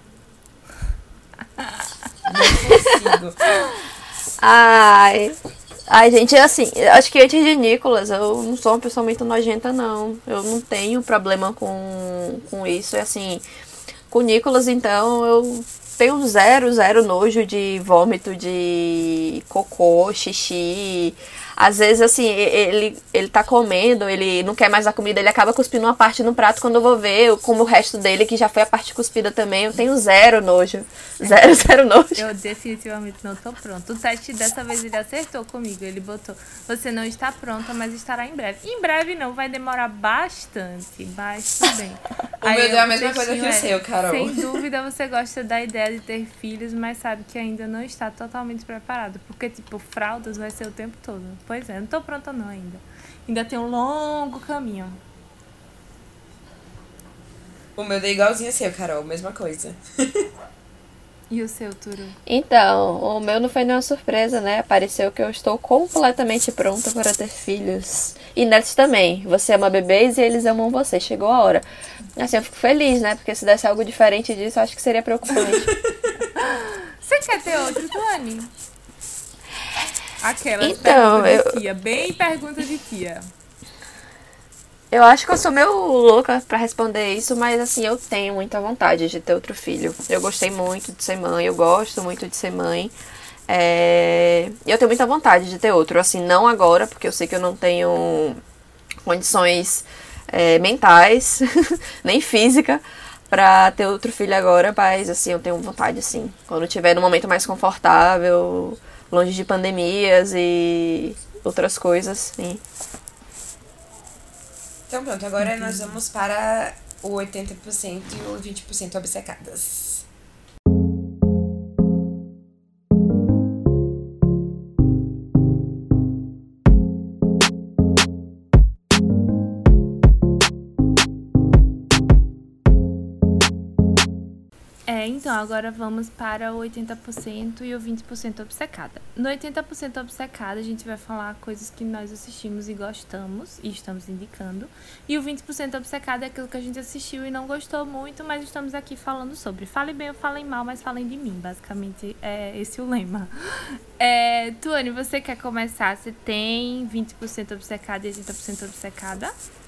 Speaker 5: Não consigo.
Speaker 6: Ai, gente, assim, acho que antes de Nicolas, eu não sou uma pessoa muito nojenta, não. Eu não tenho problema com isso. E assim, com o Nicolas, então, eu tenho zero nojo de vômito, de cocô, xixi. Às vezes, assim, ele tá comendo, ele não quer mais a comida, ele acaba cuspindo uma parte no prato. Quando eu vou ver, eu como o resto dele, que já foi a parte cuspida também, eu tenho zero nojo. Zero nojo.
Speaker 4: Eu definitivamente não tô pronta. O teste dessa vez ele acertou comigo. Ele botou, você não está pronta, mas estará em breve. Em breve não, vai demorar bastante. Bem.
Speaker 5: O meu deu a mesma coisa que o seu, Carol.
Speaker 4: Sem dúvida você gosta da ideia de ter filhos, mas sabe que ainda não está totalmente preparado. Porque, tipo, fraldas vai ser o tempo todo. Pois é, não tô pronta não ainda. Ainda tem um longo caminho.
Speaker 5: O meu deu igualzinho ao seu, Carol, mesma coisa.
Speaker 4: E o seu, Turu?
Speaker 6: Então, o meu não foi nenhuma surpresa, né? Apareceu que eu estou completamente pronta para ter filhos. E netos também. Você ama bebês e eles amam você. Chegou a hora. Assim, eu fico feliz, né? Porque se desse algo diferente disso, eu acho que seria preocupante.
Speaker 4: Você quer ter outro, Tuane? Aquela
Speaker 6: então,
Speaker 4: pergunta de tia. Bem pergunta de tia.
Speaker 6: Eu acho que eu sou meio louca pra responder isso, mas assim, eu tenho muita vontade de ter outro filho. Eu gostei muito de ser mãe, eu gosto muito de ser mãe. Eu tenho muita vontade de ter outro. Assim, não agora, porque eu sei que eu não tenho condições mentais, nem física, pra ter outro filho agora. Mas assim, eu tenho vontade, sim. Quando tiver num momento mais confortável, longe de pandemias e outras coisas, sim.
Speaker 5: Então pronto, agora nós vamos para o 80% e o 20% obcecadas.
Speaker 4: Então, agora vamos para o 80% e o 20% obcecada. No 80% obcecada, a gente vai falar coisas que nós assistimos e gostamos, e estamos indicando. E o 20% obcecada é aquilo que a gente assistiu e não gostou muito, mas estamos aqui falando sobre. Fale bem ou falem mal, mas falem de mim. Basicamente, é esse o lema. Tuane, você quer começar? Você tem 20% obcecada e 80% obcecada?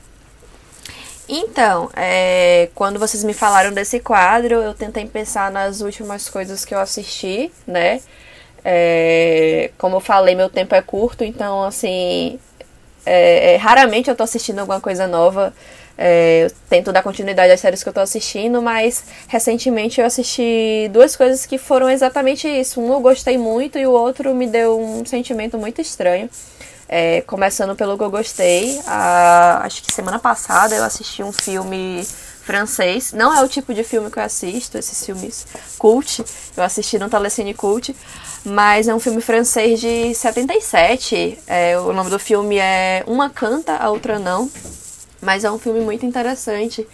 Speaker 6: Então, quando vocês me falaram desse quadro, eu tentei pensar nas últimas coisas que eu assisti, né? Como eu falei, meu tempo é curto, então, assim, raramente eu tô assistindo alguma coisa nova. Eu tento dar continuidade às séries que eu tô assistindo, mas recentemente eu assisti 2 coisas que foram exatamente isso. Um eu gostei muito e o outro me deu um sentimento muito estranho. Começando pelo que eu gostei, acho que semana passada eu assisti um filme francês. Não é o tipo de filme que eu assisto, esses filmes cult. Eu assisti no Telecine Cult. Mas é um filme francês de 77. O nome do filme é Uma Canta, a Outra Não. Mas é um filme muito interessante.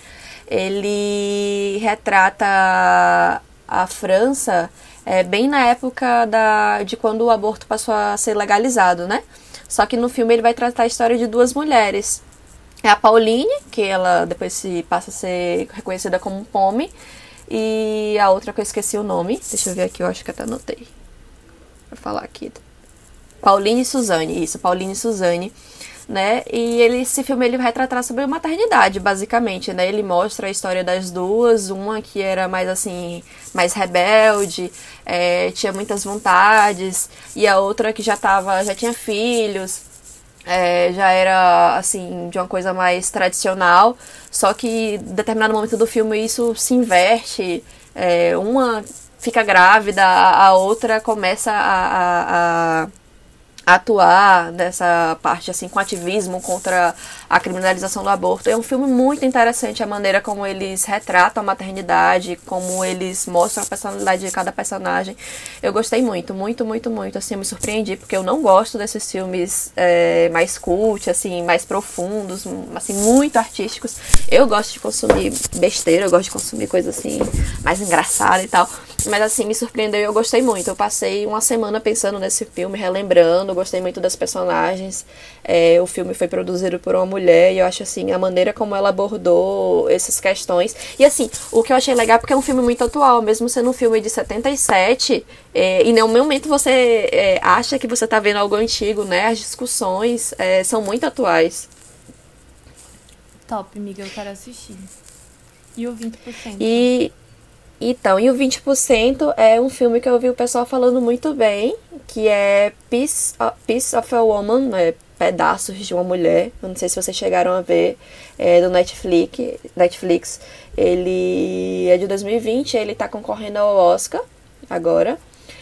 Speaker 6: Ele retrata a França bem na época de quando o aborto passou a ser legalizado, né? Só que no filme ele vai tratar a história de duas mulheres. É a Pauline, que ela depois passa a ser reconhecida como Pomme, e a outra que eu esqueci o nome. Deixa eu ver aqui, eu acho que até anotei. Vou falar aqui. Pauline e Suzanne, isso, Pauline e Suzanne. Né? E esse filme ele vai tratar sobre maternidade, basicamente, né? Ele mostra a história das duas, uma que era mais assim, mais rebelde, tinha muitas vontades, e a outra que já tinha filhos, já era assim, de uma coisa mais tradicional, só que em determinado momento do filme isso se inverte, uma fica grávida, a outra começa a atuar nessa parte assim com ativismo contra a criminalização do aborto. É um filme muito interessante, a maneira como eles retratam a maternidade, como eles mostram a personalidade de cada personagem. Eu gostei muito, muito, muito, muito. Assim, eu me surpreendi, porque eu não gosto desses filmes mais cult, assim, mais profundos, assim, muito artísticos. Eu gosto de consumir besteira, eu gosto de consumir coisa assim, mais engraçada e tal. Mas assim, me surpreendeu e eu gostei muito. Eu passei uma semana pensando nesse filme, relembrando, gostei muito das personagens. O filme foi produzido por uma mulher e eu acho assim, a maneira como ela abordou essas questões. E assim, o que eu achei legal é porque é um filme muito atual, mesmo sendo um filme de 77, em nenhum momento você acha que você tá vendo algo antigo, né? As discussões são muito atuais.
Speaker 4: Top, amiga, eu quero assistir. E o 20%?
Speaker 6: Então, e o 20% é um filme que eu ouvi o pessoal falando muito bem, que é Piece of a Woman, Pedaços de uma Mulher. Eu não sei se vocês chegaram a ver, do Netflix. Ele é de 2020, ele tá concorrendo ao Oscar agora.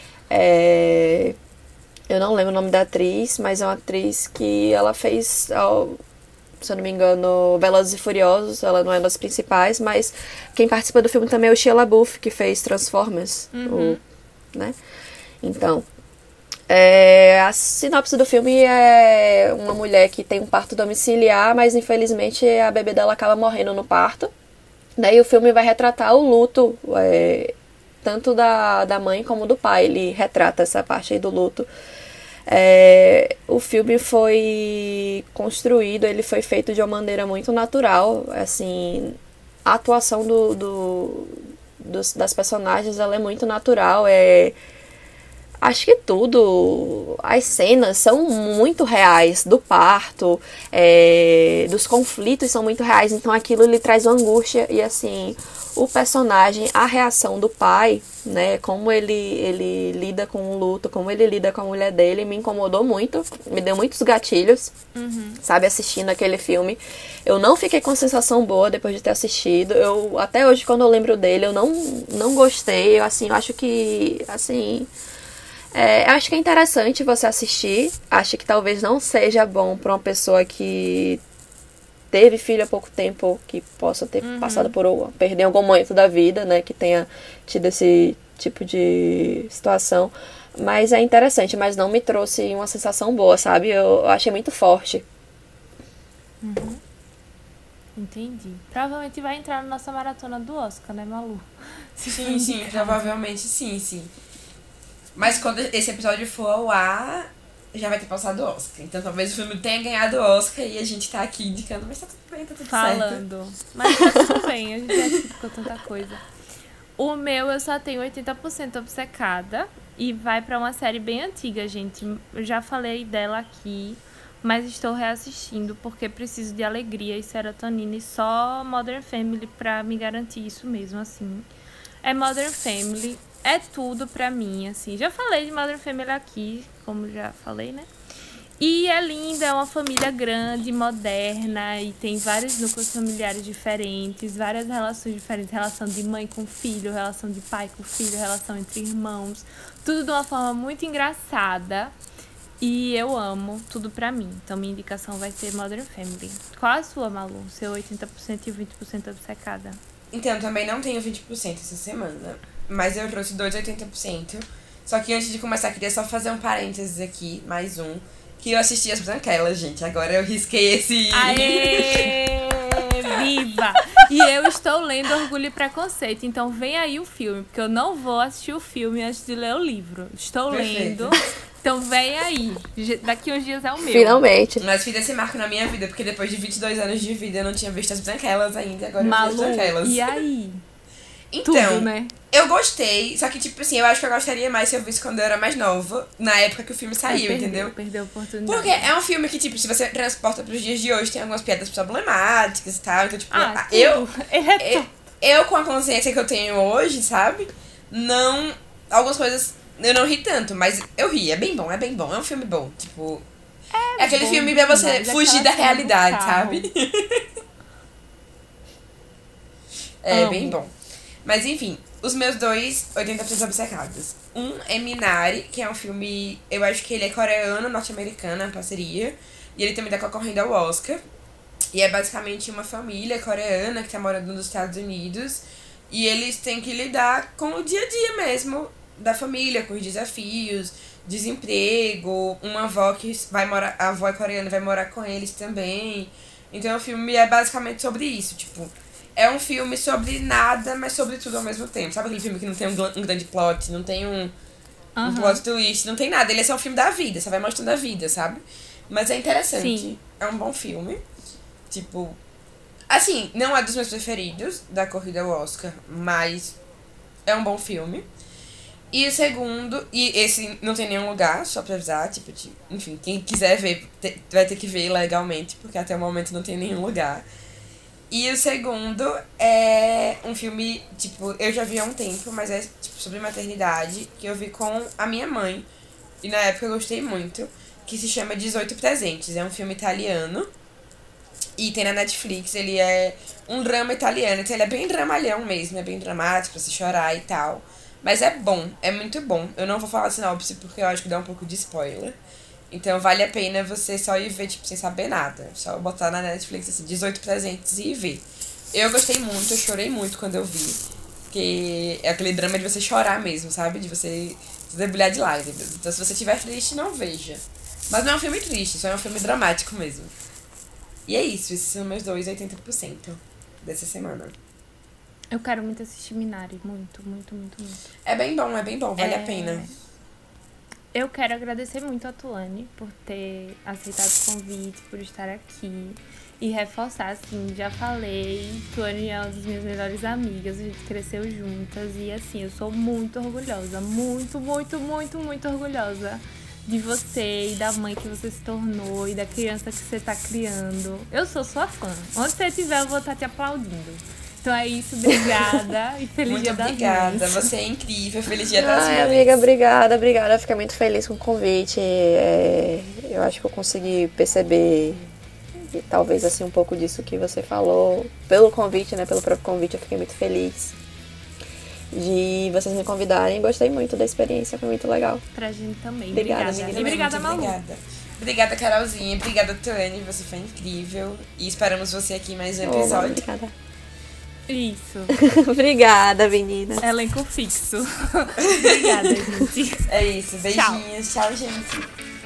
Speaker 6: Eu não lembro o nome da atriz, mas é uma atriz que ela fez... se eu não me engano, Velozes e Furiosos, ela não é das principais, mas quem participa do filme também é o Shia LaBeouf, que fez Transformers, né? Então, a sinopse do filme é uma mulher que tem um parto domiciliar, mas infelizmente a bebê dela acaba morrendo no parto. Daí o filme vai retratar o luto, tanto da mãe como do pai, ele retrata essa parte aí do luto. O filme foi construído, ele foi feito de uma maneira muito natural, assim, a atuação das personagens, ela é muito natural, acho que as cenas são muito reais, do parto, dos conflitos são muito reais, então aquilo lhe traz uma angústia e assim, o personagem, a reação do pai, né, como ele lida com o luto, como ele lida com a mulher dele, me incomodou muito, me deu muitos gatilhos, sabe, assistindo aquele filme. Eu não fiquei com sensação boa depois de ter assistido, até hoje quando eu lembro dele, eu não gostei, eu acho que, assim... acho que é interessante você assistir. Acho que talvez não seja bom para uma pessoa que teve filho há pouco tempo, que possa ter passado por perder algum momento da vida, né, que tenha tido esse tipo de situação. Mas é interessante, mas não me trouxe uma sensação boa, sabe? Eu achei muito forte.
Speaker 4: Entendi. Provavelmente vai entrar na nossa maratona do Oscar, né, Malu?
Speaker 5: Sim, provavelmente sim. Mas quando esse episódio for ao ar, já vai ter passado o Oscar. Então talvez o filme tenha ganhado o Oscar e a gente tá aqui indicando, mas tá tudo bem, tá tudo
Speaker 4: falando.
Speaker 5: certo.
Speaker 4: Mas tá tudo bem, a gente já explicou tanta coisa. O meu eu só tenho 80% obcecada e vai pra uma série bem antiga, gente. Eu já falei dela aqui, mas estou reassistindo porque preciso de alegria e serotonina e só Modern Family pra me garantir isso mesmo, assim. É Modern Family. É tudo pra mim, assim. Já falei de Modern Family aqui, como já falei, né? E é linda, é uma família grande, moderna, e tem vários núcleos familiares diferentes, várias relações diferentes, relação de mãe com filho, relação de pai com filho, relação entre irmãos, tudo de uma forma muito engraçada. E eu amo tudo pra mim. Então minha indicação vai ser Modern Family. Qual a sua, Malu? Seu 80% e 20% obcecada.
Speaker 5: Então, eu também não tenho 20% essa semana. Mas eu trouxe 2 80%. Só que antes de começar, queria só fazer um parênteses aqui, mais um. Que eu assisti As Branquelas, gente. Agora eu risquei esse...
Speaker 4: Aê! Viva! E eu estou lendo Orgulho e Preconceito. Então vem aí o filme. Porque eu não vou assistir o filme antes de ler o livro. Estou lendo. Então vem aí. Daqui uns dias é o meu.
Speaker 6: Finalmente.
Speaker 5: Mas fiz esse marco na minha vida, porque depois de 22 anos de vida eu não tinha visto As Branquelas ainda. Agora eu vi As Branquelas.
Speaker 4: E aí?
Speaker 5: Então,
Speaker 4: Tudo, né?
Speaker 5: Eu gostei, só que, tipo assim, eu acho que eu gostaria mais se eu visse quando eu era mais nova, na época que o filme saiu, entendeu?
Speaker 4: Perdeu a oportunidade.
Speaker 5: Porque é um filme que, tipo, se você transporta pros dias de hoje, tem algumas piadas problemáticas e tal, então, tipo, eu com a consciência que eu tenho hoje, sabe? Não... Algumas coisas eu não ri tanto, mas eu ri, é bem bom, é um filme bom, tipo... É aquele filme pra você fugir da realidade, sabe? É bem bom. Mas enfim, os meus 2 80% obcecados. Um é Minari, que é um filme, eu acho que ele é coreano, norte-americano, a parceria. E ele também tá concorrendo ao Oscar. E é basicamente uma família coreana que tá morando nos Estados Unidos. E eles têm que lidar com o dia a dia mesmo da família, com os desafios, desemprego, uma avó que vai morar, a avó é coreana, vai morar com eles também. Então o filme é basicamente sobre isso, tipo... É um filme sobre nada, mas sobre tudo ao mesmo tempo. Sabe aquele filme que não tem um grande plot, não tem um plot twist, não tem nada. Ele é só um filme da vida, só vai mostrando a vida, sabe? Mas é interessante.
Speaker 4: Sim.
Speaker 5: É um bom filme. Tipo... Assim, não é dos meus preferidos da corrida ao Oscar, mas é um bom filme. E o segundo... E esse não tem nenhum lugar, só pra avisar. Tipo, enfim, quem quiser ver vai ter que ver legalmente, porque até o momento não tem nenhum lugar. E o segundo é um filme, tipo, eu já vi há um tempo, mas é tipo sobre maternidade, que eu vi com a minha mãe. E na época eu gostei muito, que se chama 18 Presentes. É um filme italiano e tem na Netflix. Ele é um drama italiano, então ele é bem dramalhão mesmo, é bem dramático pra se chorar e tal. Mas é bom, é muito bom. Eu não vou falar sinopse porque eu acho que dá um pouco de spoiler. Então vale a pena você só ir ver, tipo, sem saber nada. Só botar na Netflix, assim, 18 Presentes e ir ver. Eu gostei muito, eu chorei muito quando eu vi. Porque é aquele drama de você chorar mesmo, sabe? De você se debulhar de lágrimas. Então se você estiver triste, não veja. Mas não é um filme triste, só é um filme dramático mesmo. E é isso, esses são meus 2 80% dessa semana.
Speaker 4: Eu quero muito assistir Minari, muito.
Speaker 5: É bem bom, vale a pena.
Speaker 4: Eu quero agradecer muito a Tuane por ter aceitado o convite, por estar aqui. E reforçar, assim, já falei, Tuane é uma das minhas melhores amigas, a gente cresceu juntas. E, assim, eu sou muito orgulhosa, muito orgulhosa de você e da mãe que você se tornou e da criança que você tá criando. Eu sou sua fã. Onde você estiver, eu vou estar te aplaudindo. Então é isso, obrigada e feliz dia das mães.
Speaker 5: Muito obrigada, você é incrível, feliz dia das mães.
Speaker 6: Ai, amiga, obrigada. Eu fiquei muito feliz com o convite. Eu acho que eu consegui perceber, e talvez assim, um pouco disso que você falou. Pelo convite, né, pelo próprio convite, eu fiquei muito feliz de vocês me convidarem. Gostei muito da experiência, foi muito legal.
Speaker 4: Pra gente também.
Speaker 6: Obrigada,
Speaker 4: E obrigada, Malu.
Speaker 5: Obrigada, Carolzinha. Obrigada, Tuane. Você foi incrível. E esperamos você aqui em mais um episódio.
Speaker 6: Obrigada.
Speaker 4: Isso.
Speaker 6: Obrigada, menina.
Speaker 4: Elenco fixo. Obrigada, gente.
Speaker 5: É isso. Beijinhos. Tchau, gente.